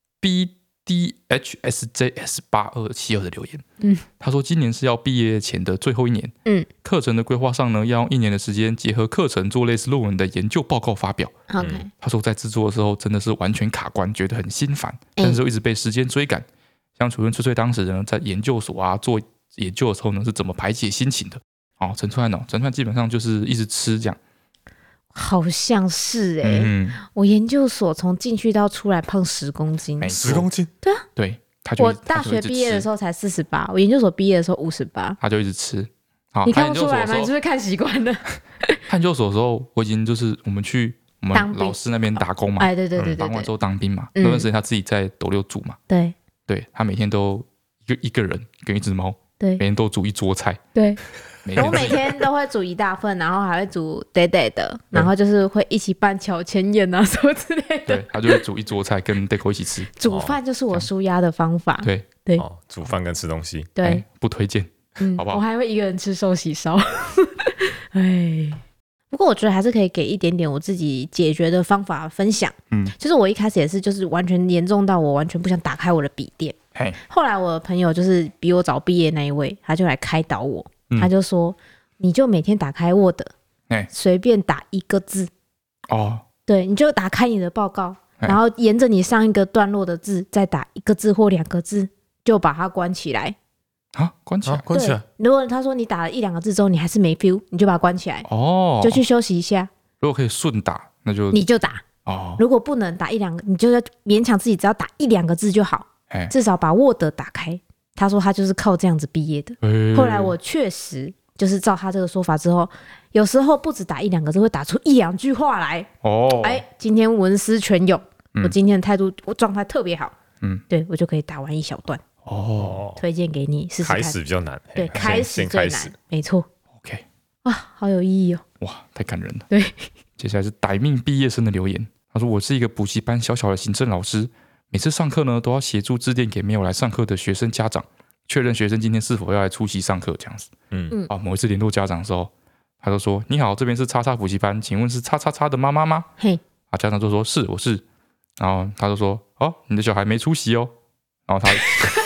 B D H S J S 八二七二的留言。嗯，他说今年是要毕业前的最后一年。嗯，课程的规划上呢，要用一年的时间结合课程做类似论文的研究报告发表。 OK， 他说在制作的时候真的是完全卡关，觉得很心烦，但是又一直被时间追赶。像楚文翠翠当时呢，在研究所啊做。研究的时候呢，是怎么排解心情的？哦，陈川哦，陈川基本上就是一直吃这样， 好像是哎、欸嗯，我研究所从进去到出来胖十公斤， 十公斤， 对啊， 对，他就我大学毕业的时候才四十八，我研究所毕业的时候五十八， 他就一直吃。 你看不出来吗？你是不是看习惯了？ 看研究所的时候，我已经就是我们去我们老师那边打工嘛， 哎，对对对对， 当完之后当兵嘛，那段时间他自己在斗六住嘛， 对， 对他每天都一个一个人跟一只猫。 对， 每天都煮一桌菜。 对，我每天都会煮一大份，然后还会煮得得的，然后就是会一起办乔迁宴啊什么之类的。 对，他就会煮一桌菜跟 Deco 一起吃。 煮饭就是我舒压的方法。 对对、 哦，煮饭跟吃东西。 对， 欸、不推荐、嗯，好不好？ 我还会一个人吃寿喜烧。哎，不过我觉得还是可以给一点点我自己解决的方法分享。嗯，就是我一开始也是，就是完全严重到我完全不想打开我的笔电。 Hey. 后来我的朋友就是比我早毕业那一位，他就来开导我，嗯、他就说你就每天打开 Word， 随、hey. 便打一个字哦， 对，你就打开你的报告， hey. 然后沿着你上一个段落的字再打一个字或两个字，就把它关起来。 啊，关起来，关起来。 如果他说你打了一两个字之后你还是没 feel， 你就把它关起来，哦，就去休息一下。 如果可以顺打，那就你就打哦。如果不能打一两个，你就要勉强自己，只要打一两个字就好。至少把 Word 打开。他说他就是靠这样子毕业的、欸、后来我确实就是照他这个说法之后，有时候不止打一两个字，会打出一两句话来哦。哎，今天文思泉涌、嗯、我今天的态度我状态特别好，嗯，对，我就可以打完一小段哦，推荐给你试试看。 开始比较难， 对，开始最难，没错。 OK， 哇，好有意义哦， 哇，太感人了。 对， 接下来是歹命毕业生的留言，他说我是一个补习班小小的行政老师，每次上课呢，都要协助致电给没有来上课的学生家长，确认学生今天是否要来出席上课，这样子。嗯，啊，某一次联络家长的时候，他就说：“你好，这边是叉叉补习班，请问是叉叉叉的妈妈吗？”嘿，啊，家长就说：“是，我是。”然后他就说：“哦，你的小孩没出席哦。”然后他，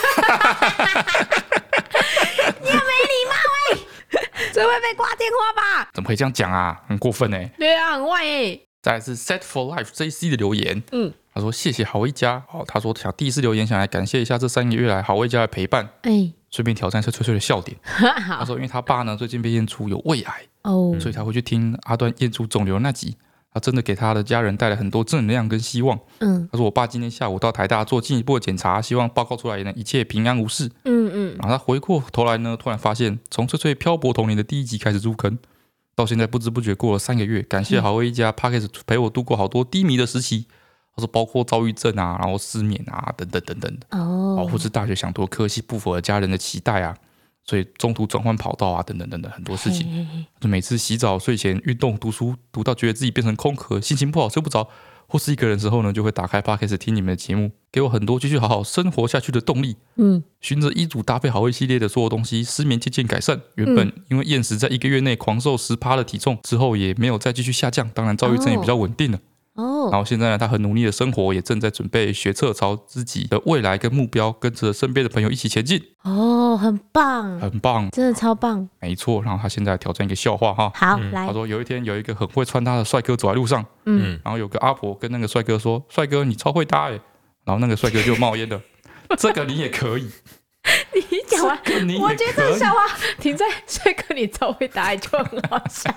你有没礼貌哎、欸，这会被挂电话吧？ 怎么可以这样讲啊？很过分哎、欸。 对啊，很坏哎、欸。 再来是 Set for Life J C 的留言，嗯，他说谢谢好味家，哦，他说想第一次留言想来感谢一下这三个月来好味家的陪伴，哎，顺便挑战一下翠翠的笑点。他说因为他爸呢最近被验出有胃癌，哦，所以才会去听阿段验出肿瘤那集，他真的给他的家人带来很多正能量跟希望。嗯，他说我爸今天下午到台大做进一步的检查，希望报告出来呢一切平安无事。嗯嗯，然后他回过头来呢，突然发现从翠翠漂泊童年的第一集开始入坑。到现在不知不觉过了三个月，感谢好味一家 Podcast 陪我度过好多低迷的时期。他说包括躁郁症啊，然后失眠啊，等等等等的哦，或是大学想读科系不符合家人的期待啊，所以中途转换跑道啊，等等等等很多事情。嘿嘿嘿，就每次洗澡、睡前、运动、读书，读到觉得自己变成空壳，心情不好、睡不着，或是一个人的时候呢，就会打开 Podcast 听你们的节目，给我很多继续好好生活下去的动力。嗯，循着医嘱搭配好味系列的所有东西，失眠渐渐改善。原本因为厌食在一个月内狂瘦 百分之十 的体重，之后也没有再继续下降，当然躁郁症也比较稳定了。哦， 哦，然后现在呢，他很努力的生活，也正在准备学测，朝自己的未来跟目标，跟着身边的朋友一起前进。 哦，很棒， 很棒， 真的超棒。 没错，然后他现在挑战一个笑话哈。 好，嗯、来， 他说有一天有一个很会穿搭的帅哥走在路上，嗯，然后有个阿婆跟那个帅哥说：“帅哥，你超会搭哎。”然后那个帅哥就冒烟了，这个你也可以。 你讲完，我觉得这个笑话停在帅哥你超会搭就很好笑。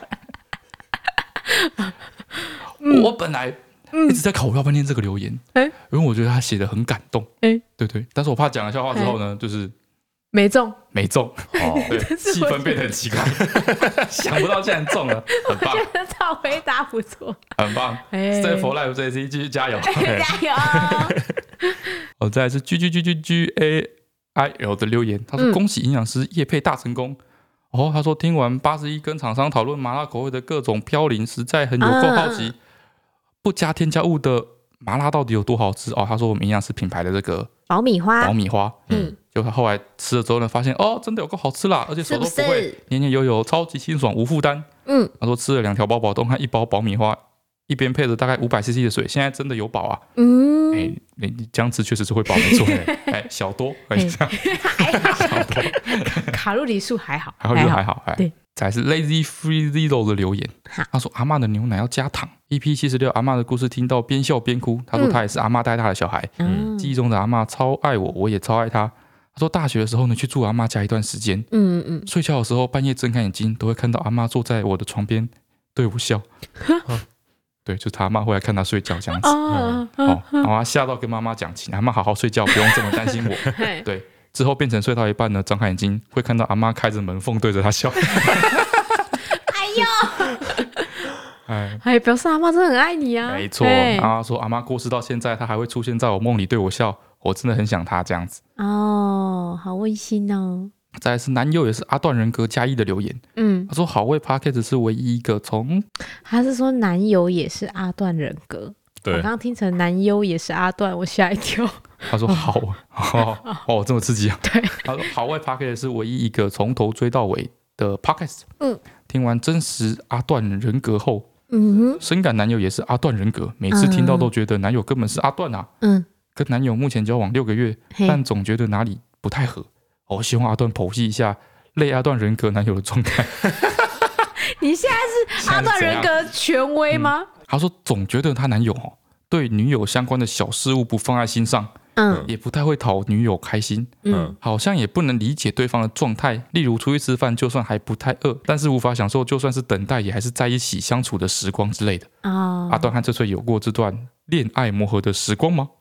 嗯、我本来一直在考我要不要念这个留言，嗯、因为我觉得他写的很感动，哎、欸，对对，但是我怕讲了笑话之后呢，就是没中， 没中，哦，对，气氛变得很奇怪，想不到竟然中了，很棒， 我觉得超回答不错， 很棒 ，Stay for Life J C 继续加油， 加油！ 哦，再来是 G G G G G A I L 的留言，他说恭喜营养师业配大成功。哦，他说听完八十一跟厂商讨论麻辣口味的各种飘零，实在很有够好奇，啊、不加添加物的麻辣到底有多好吃哦。他说我们营养师品牌的这个爆米花， 爆米花，嗯，就他后来吃了之后呢，发现哦，真的有够好吃啦，而且手都不会黏黏油油，超级清爽无负担。嗯，他说吃了两条宝宝冻和一包爆米花，一边配着大概五百 C C 的水，现在真的有饱啊。嗯，哎、欸，你这样吃确实是会饱，没错。哎、欸，小多，哎、欸，这样小多， 卡路里数还好， 卡路里还好，哎。对，再来是 Lazy Free Zero 的留言，他说阿嬷的牛奶要加糖。E P 七十六阿嬷的故事听到边笑边哭，他说他也是阿嬷带大的小孩，嗯，記憶中的阿嬷超愛我，我也超愛他。他說大學的時候呢，去住阿嬷家一段時間，嗯嗯，睡覺的時候半夜睜開眼睛，都會看到阿嬷坐在我的床邊對我笑。對，就是他阿嬷會來看他睡覺這樣子，哦，然後他嚇到跟媽媽講，請阿嬷好好睡覺，不用這麼擔心我。對，之後變成睡到一半呢，睜開眼睛會看到阿嬷開着門縫對着他笑。 哎呦！哎，哎，表示阿嬷真的很愛你啊！ 沒錯，然後說阿嬷過世到現在，她還會出現在我夢裡對我笑，我真的很想她這樣子。 哦，好溫馨哦。 再來是男友也是阿段人格加一的留言，嗯，他說好味 Podcast 是唯一一個從， 他是說男友也是阿段人格，對，我剛剛聽成男優也是阿段，我嚇一跳。 他說好哦，哦，這麼刺激啊！對，他說好味 Podcast 是唯一一個從頭追到尾的 Podcast，嗯，聽完真實阿段人格後，嗯哼，深感男友也是阿段人格，每次聽到都覺得男友根本是阿段啊，嗯，跟男友目前交往六個月，但總覺得哪裡不太合。我、哦、希望阿段剖析一下類阿段人格男友的狀態。 你現在是阿段人格權威嗎？嗯、 他說總覺得他男友對女友相關的小事物不放在心上，嗯，也不太會討女友開心，嗯，好像也不能理解對方的狀態。例如出去吃飯，就算還不太餓，但是無法享受就算是等待也還是在一起相處的時光之類的。哦、阿段和這歲有過這段戀愛磨合的時光嗎？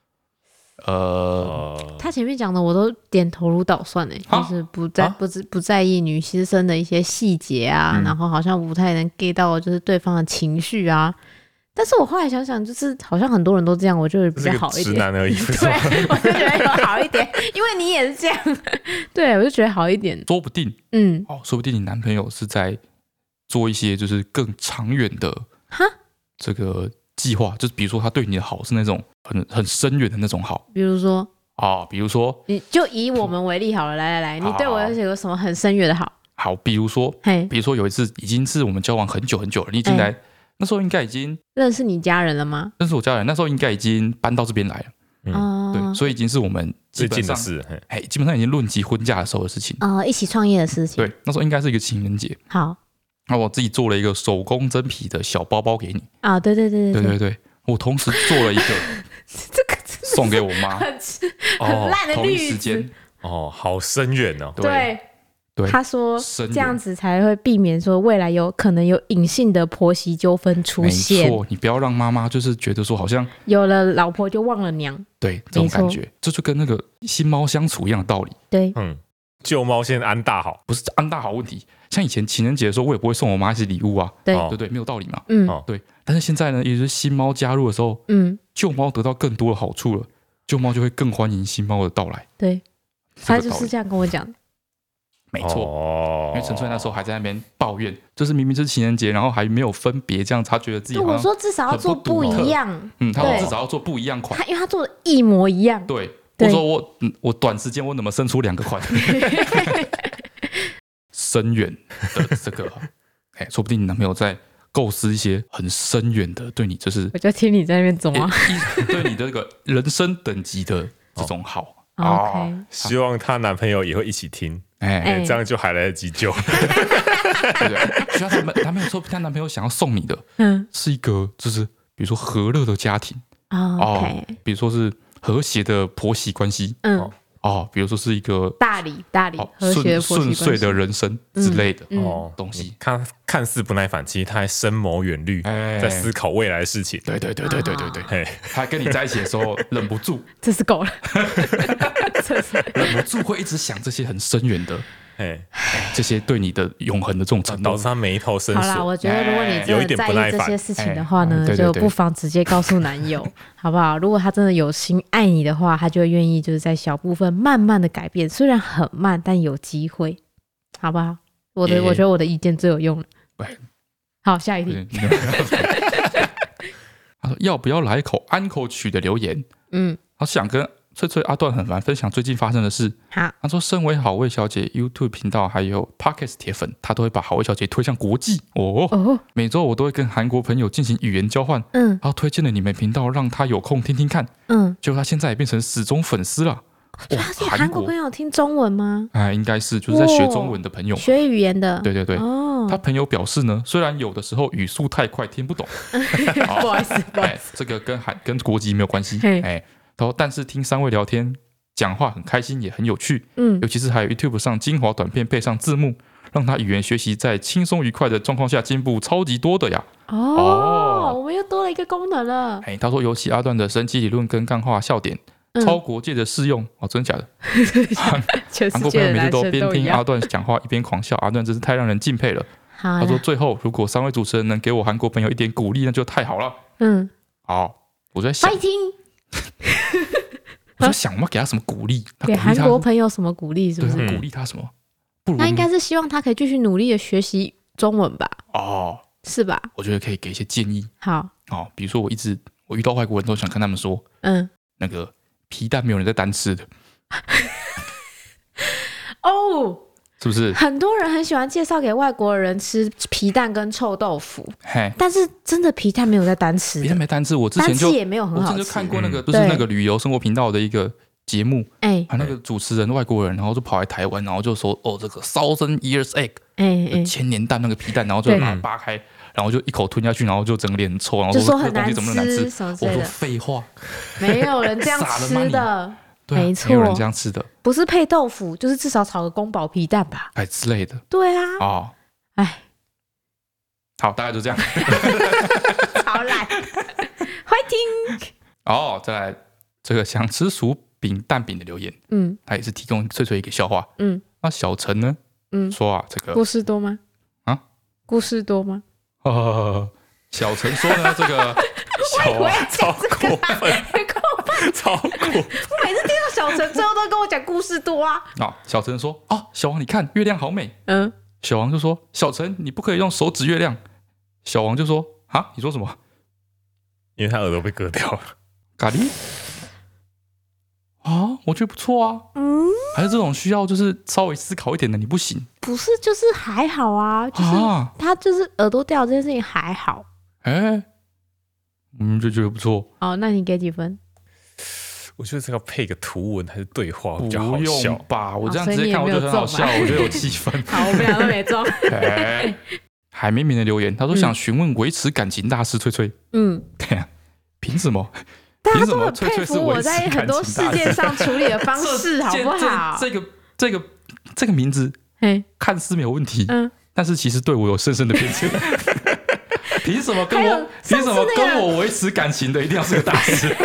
呃， 他前面講的我都點頭如搗蒜哎，就是不在不不在意女師生的一些細節啊、嗯，然後好像不太能 get 到就是對方的情緒啊。但是我後來想想，就是好像很多人都這樣，我就比較好一點。直男而已，對，我就覺得有好一點，因為你也是這樣，對，我就覺得好一點。 說不定，嗯，哦，說不定你男朋友是在做一些就是更長遠的哈這個計劃，就是比如說他對你的好是那種很很深遠的那種好， 比如說哦，比如說你就以我們為例好了，來來來，你對我有什麼很深遠的好？ 好，比如說，比如說有一次已經是我們交往很久很久了，你已經來。那時候應該已經認識你家人了嗎？ 認識我家人，那時候應該已經搬到這邊來了。嗯，對，所以已經是我們基本上是， 哎，基本上已經論及婚嫁的時候的事情。 哦，一起創業的事情。 對，那時候應該是一個情人節。 好， 那我自己做了一個手工真皮的小包包給你。 啊、哦，對對對對對對對，我同時做了一個這個送給我媽， 很很爛的例子。同一時間哦，好深遠哦。 對。對對，他說這樣子才會避免說未來有可能有隱性的婆媳糾紛出現。 沒錯，你不要讓媽媽就是覺得說好像有了老婆就忘了娘。 對，這種感覺，這就跟那個新貓相處一樣的道理。 對， 嗯，舊貓先安大好， 不是安大好問題。像以前情人節的時候，我也不會送我媽一些禮物啊， 對對對，沒有道理嘛。嗯，對。但是現在呢，也就是新貓加入的時候，嗯，舊貓得到更多的好處了，舊貓就會更歡迎新貓的到來。 對，他就是這樣跟我講。 沒錯、哦，因為陳翠那時候還在那邊抱怨，就是明明是情人節，然後還沒有分別，這樣他覺得自己好像我說至少要做不一樣， 嗯，他說至少要做不一樣款， 他因為他做的一模一樣， 對，我說我我短時間我怎麼生出兩個款，深遠的這個，哎，說不定你男朋友在构思一些很深远的，对你就是我就听你在那边走啊， 对你的这个人生等级的这种好。 哦哦、OK， 希望她男朋友也会一起听，哎、欸，这样就还来得及救。 对对，需要他们男朋友说，她男朋友想要送你的，嗯，是一个就是比如说和乐的家庭， 哦 ，OK，、哦、 比如说是和谐的婆媳关系，嗯。哦，比如说是一个大理大理和谐的顺遂的人生之类的、嗯、哦东西， 看看似不耐烦，其实他还深谋远虑，哎、在思考未来的事情。 对对对对对对对，他跟你在一起的时候忍不住， 这是够了， 这是忍不住会一直想这些很深远的。哎，这些对你的永恒的这种承诺， 导致他每一头深锁。 好啦，我觉得如果你真的在意这些事情的话呢， 哎、对对对就不妨直接告诉男友，好不好？如果他真的有心爱你的话，他就会愿意就是在小部分慢慢的改变，虽然很慢，但有机会，好不好？我的，我觉得我的意见最有用了。好，下一题。 他说要不要来一口安口曲的留言？嗯，他想跟翠翠阿段很烦分享最近发生的事。 好， 他说身为好味小姐 YouTube 频道还有 Podcast 铁粉，他都会把好味小姐推向国际哦。哦每周我都会跟韩国朋友进行语言交换，嗯，然后推荐了你们频道，让他有空听听看，嗯，结果他现在也变成死忠粉丝了。 他是韩国朋友听中文吗？ 哎，应该是就是在学中文的朋友， 学语言的。 对对对。哦，他朋友表示呢，虽然有的时候语速太快听不懂， 不好意思，不好意思， 这个跟韩跟国籍没有关系，哎。但是听三位聊天讲话很开心也很有趣，嗯，尤其是还有 YouTube 上精华短片配上字幕，让他语言学习在轻松愉快的状况下进步超级多的呀。 哦，哦我们又多了一个功能了。 哎，他说尤其阿段的神奇理论跟干话笑点、嗯、超国界的适用哦，真的假的？韩国朋友每次都边听阿段讲话一边狂笑，阿段真是太让人敬佩了。他说最后如果三位主持人能给我韩国朋友一点鼓励，那就太好了。嗯，好，我在想。我在想，我们给他什么鼓励？ 给韩国朋友什么鼓励？是不是鼓励他什么？ 那应该是希望他可以继续努力的学习中文吧？哦，是吧？ 我觉得可以给一些建议。 好， 哦，比如说我一直我遇到外国人都想跟他们说，嗯，那个皮蛋没有人在单吃的。 哦。 是不是很多人很喜欢介绍给外国人吃皮蛋跟臭豆腐？但是真的皮蛋没有在单吃， 皮蛋没单吃。我之前就单吃也没有很好吃。 我之前就看过那个，嗯、就是那个旅游生活频道的一个节目，哎、欸，那个主持人外国人，然后就跑来台湾，然后就说哦，这个 thousand years egg， 哎、欸，千年蛋那个皮蛋，然后就把它扒开，然后就一口吞下去，然后就整个脸很臭，然后就说很难吃，怎么难吃？ 我说废话， 没有人这样吃的。 对啊、 没错， 没有人这样吃的， 不是配豆腐，就是至少炒个宫保皮蛋吧， 哎之类的。 对啊， 哦， 哎， 好，大概就这样。 好来，fighting。 哦，再来这个想吃薯饼蛋饼的留言，嗯，他也是提供翠翠一个笑话，嗯，那小陈呢，嗯，说啊，这个故事多吗？啊，故事多吗？ 呃，小陈说呢，这个小王超过分。 超酷！我每次听到小陈最后都跟我讲故事多啊。 哦，小陈说：“哦，小王，你看月亮好美。”嗯，小王就说：“小陈，你不可以用手指月亮。”小王就说：“啊，你说什么？” 因为他耳朵被割掉了。 咖喱啊，我觉得不错啊。嗯，还是这种需要就是稍微思考一点的，你不行。 不是，就是还好啊，就是他就是耳朵掉这件事情还好。 哎、欸，嗯，就觉得不错。 哦，那你给几分？ 我觉得这个配个图文还是对话比较好笑。 不用吧，我这样直接看我觉得很好笑，我觉得有气氛。 好，我们俩都没中。 欸、海绵绵的留言，他说想询问维持感情大师翠翠。嗯，对呀，凭什么？ 大家都很佩服我在很多事件上处理的方式，好不好？ 这个这个这个名字，看似没有问题，嗯，但是其实对我有深深的偏见。凭什么跟我？凭什么跟我维持感情的一定要是个大师？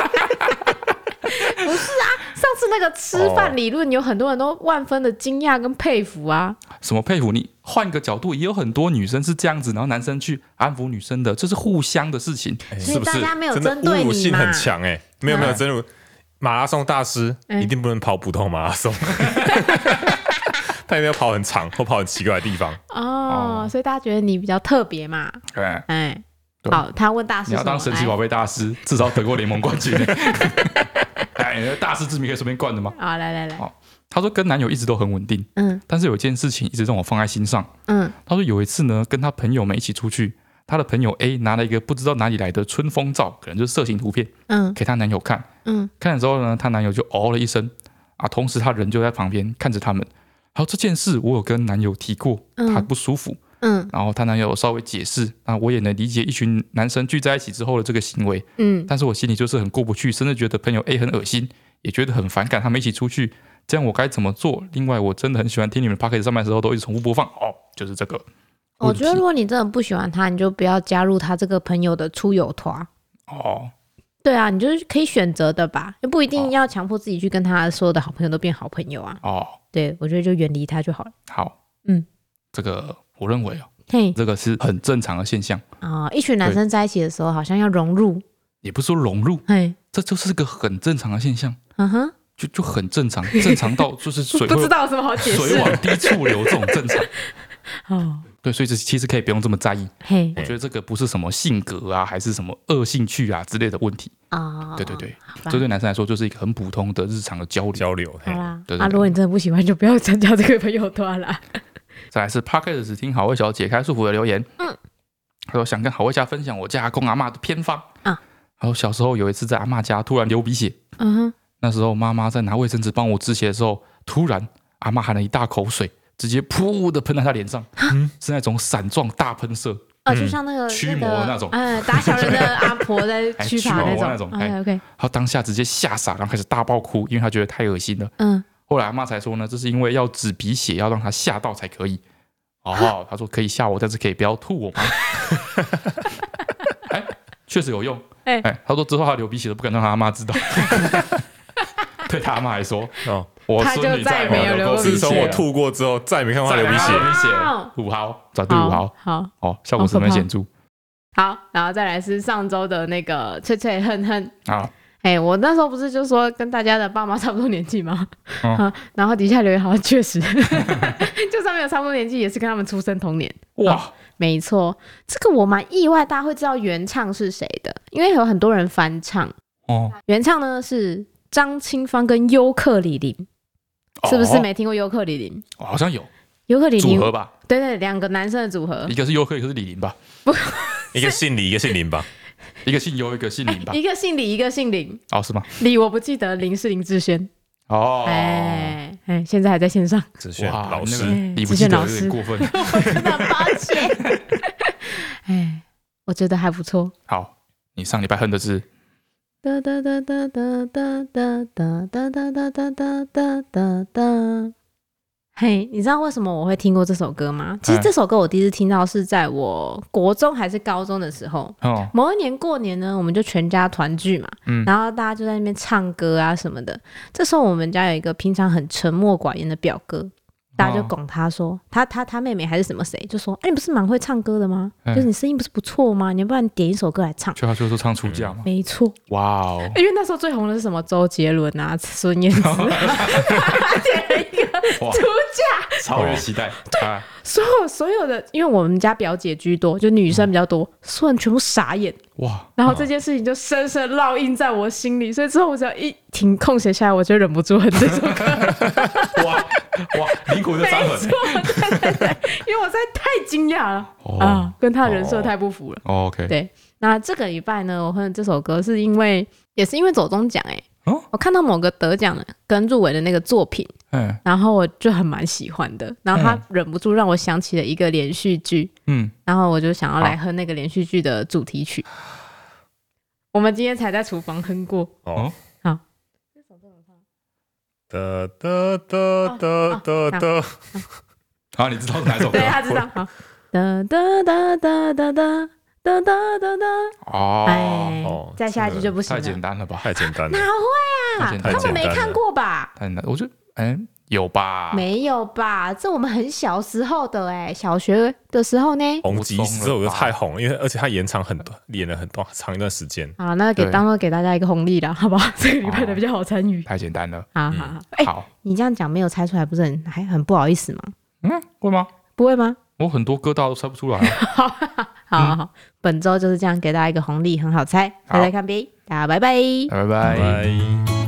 不是啊，上次那个吃饭理论，有很多人都万分的惊讶跟佩服啊。 什么佩服？你换个角度，也有很多女生是这样子，然后男生去安抚女生的，这是互相的事情， 欸、是不是？大家没有针对你嘛？侮辱性很强哎、欸，没有没有真的。马拉松大师、欸、一定不能跑普通马拉松，他一定要跑很长或跑很奇怪的地方。 哦，哦所以大家觉得你比较特别嘛？对，哎。好，他问大师， 你要当神奇宝贝大师，至少得过联盟冠军。哎，大师之名可以随便冠的吗？ 啊，来来来， 哦，他说跟男友一直都很稳定，嗯，但是有一件事情一直让我放在心上，嗯，他说有一次呢，跟他朋友们一起出去， 她的朋友 A 拿了一个不知道哪里来的春风照，可能就是色情图片，嗯，给她男友看，嗯，看了之后呢，她男友就哦了一声啊，同时她人就在旁边看着他们。好，这件事我有跟男友提过，他不舒服，嗯，然后她男友稍微解释，那我也能理解一群男生聚在一起之后的这个行为，嗯，但是我心里就是很过不去，甚至觉得朋友 A 很恶心，也觉得很反感他们一起出去，这样我该怎么做？另外，我真的很喜欢听你们 podcast 上班的时候都一直重复播放，哦，就是这个。 我觉得如果你真的不喜欢他，你就不要加入他这个朋友的出游团。哦，对啊，你就是可以选择的吧，又不一定要强迫自己去跟他所有的好朋友都变好朋友啊。哦，对，我觉得就远离他就好了。 好，嗯，这个我认为哦，嘿，这个是很正常的现象啊、哦。一群男生在一起的时候，好像要融入， 也不是说融入，嘿，这就是个很正常的现象。嗯哼，就就很正常，正常到就是水不知道有什么好解释， 水往低处流这种正常。哦。对，所以这其实可以不用这么在意。嘿，我觉得这个不是什么性格啊，还是什么恶兴趣啊之类的问题啊。对对对，这对男生来说就是一个很普通的日常的交流。 交流， 好啦，对对对啊，如果你真的不喜欢，就不要参加这个朋友团啦。 再来是 Podcast 只听好味小解开束缚的留言。嗯，他说想跟好味家分享我家阿公阿嬷的偏方啊。然后小时候有一次在阿嬷家突然流鼻血，嗯哼，那时候妈妈在拿卫生纸帮我止血的时候，突然阿嬷含了一大口水。直接噗的喷在他脸上，是那种伞状大喷射， 啊，就像那个驱魔那种， 嗯，打小人的阿婆在驱法那种， 哎 ，OK， 他当下直接吓傻，然后开始大爆哭，因为他觉得太恶心了。嗯，后来阿嬷才说呢，这是因为要止鼻血，要让他吓到才可以。哦，他说可以吓我，但是可以不要吐我吗？哎，确实有用。哎，他说之后他流鼻血都不敢让他阿嬷知道。对他阿嬷来说，哦。我他就再也没有流鼻血。 自从我吐过之后，再也没看过他流鼻血。 五毫，找对五毫， 好， 哦，效果十分显著。 好，然后再来是上周的那个脆脆恨恨。好，哎，我那时候不是就说跟大家的爸妈差不多年纪吗？嗯，然后底下留言好像确实，就算没有差不多年纪，也是跟他们出生同年。哇，没错，这个我蛮意外，大家会知道原唱是谁的，因为有很多人翻唱。哦，原唱呢是张清芳跟优克里里。是不是没听过优克里里？ 哦，好像有优克里里组合吧？ 对对，两个男生的组合， 一个是优克，一个是李林吧？ 不， 一个姓李，一个姓林吧？ 一个姓优，一个姓林吧？ 一个姓李，一个姓林。 哦，是吗？ 李我不记得，林是林志轩。哦，哎哎，现在还在线上。 志轩老师， 你不记得有点过分， 我真的很抱歉。哎，我觉得还不错。 好，你上礼拜哼的是。哒哒哒哒哒哒哒哒哒哒哒哒哒哒哒哒。嘿，你知道为什么我会听过这首歌吗？其实这首歌我第一次听到是在我国中还是高中的时候。哦。某一年过年呢，我们就全家团聚嘛，嗯，然后大家就在那边唱歌啊什么的。这时候我们家有一个平常很沉默寡言的表哥。大家就拱他说，他他他妹妹还是什么谁，就说，哎、欸，你不是蛮会唱歌的吗？欸、就是你声音不是不错吗？你要不然点一首歌来唱？ 就他就说唱出嫁吗？ 没错。 哇哦！ 因为那时候最红的是什么？周杰伦啊，孙燕姿，他点了一个出嫁， 超人期待。 对，啊、所有所有的，因为我们家表姐居多，就女生比较多，所有人全部傻眼。哇！然后这件事情就深深烙印在我心里，所以之后我只要一停空闲下来，我就忍不住哼这首歌。 哇哇！灵魂的伤痕。 没错，对对对，因为我实在太惊讶了、哦、啊，跟他人设太不符了。 哦、OK， 对，那这个礼拜呢，我哼这首歌是因为也是因为走中奖哎、欸，哦、我看到某个得奖的跟入围的那个作品，嗯，然后我就很蛮喜欢的，然后他忍不住让我想起了一个连续剧，嗯，然后我就想要来哼那个连续剧的主题曲。我们今天才在厨房哼过哦。好，这首怎么唱？ 哒哒哒哒哒哒。 好，你知道哪首歌？ 对，他知道。好，哒哒哒哒哒哒哒哒哒哒。哦，哎，再下一句就不行了。 太简单了吧？ 太简单了。 哪会啊？他们没看过吧？ 太简单，我觉得，哎。有吧？ 没有吧？这我们很小时候的哎、欸，小学的时候呢。 红极这首歌太红，因为而且他延长很多，演了很多长一段时间。 好，那给当做给大家一个红利了，好不好？这个礼拜的比较好参与。 太简单了。 好好好，哎、欸，你这样讲没有猜出来，不是很还很不好意思吗？ 嗯，会吗？ 不会吗？ 我很多歌大家都猜不出来、啊。 好好好，嗯、本周就是这样，给大家一个红利，很好猜。再来看 B， 大家拜拜， 拜拜。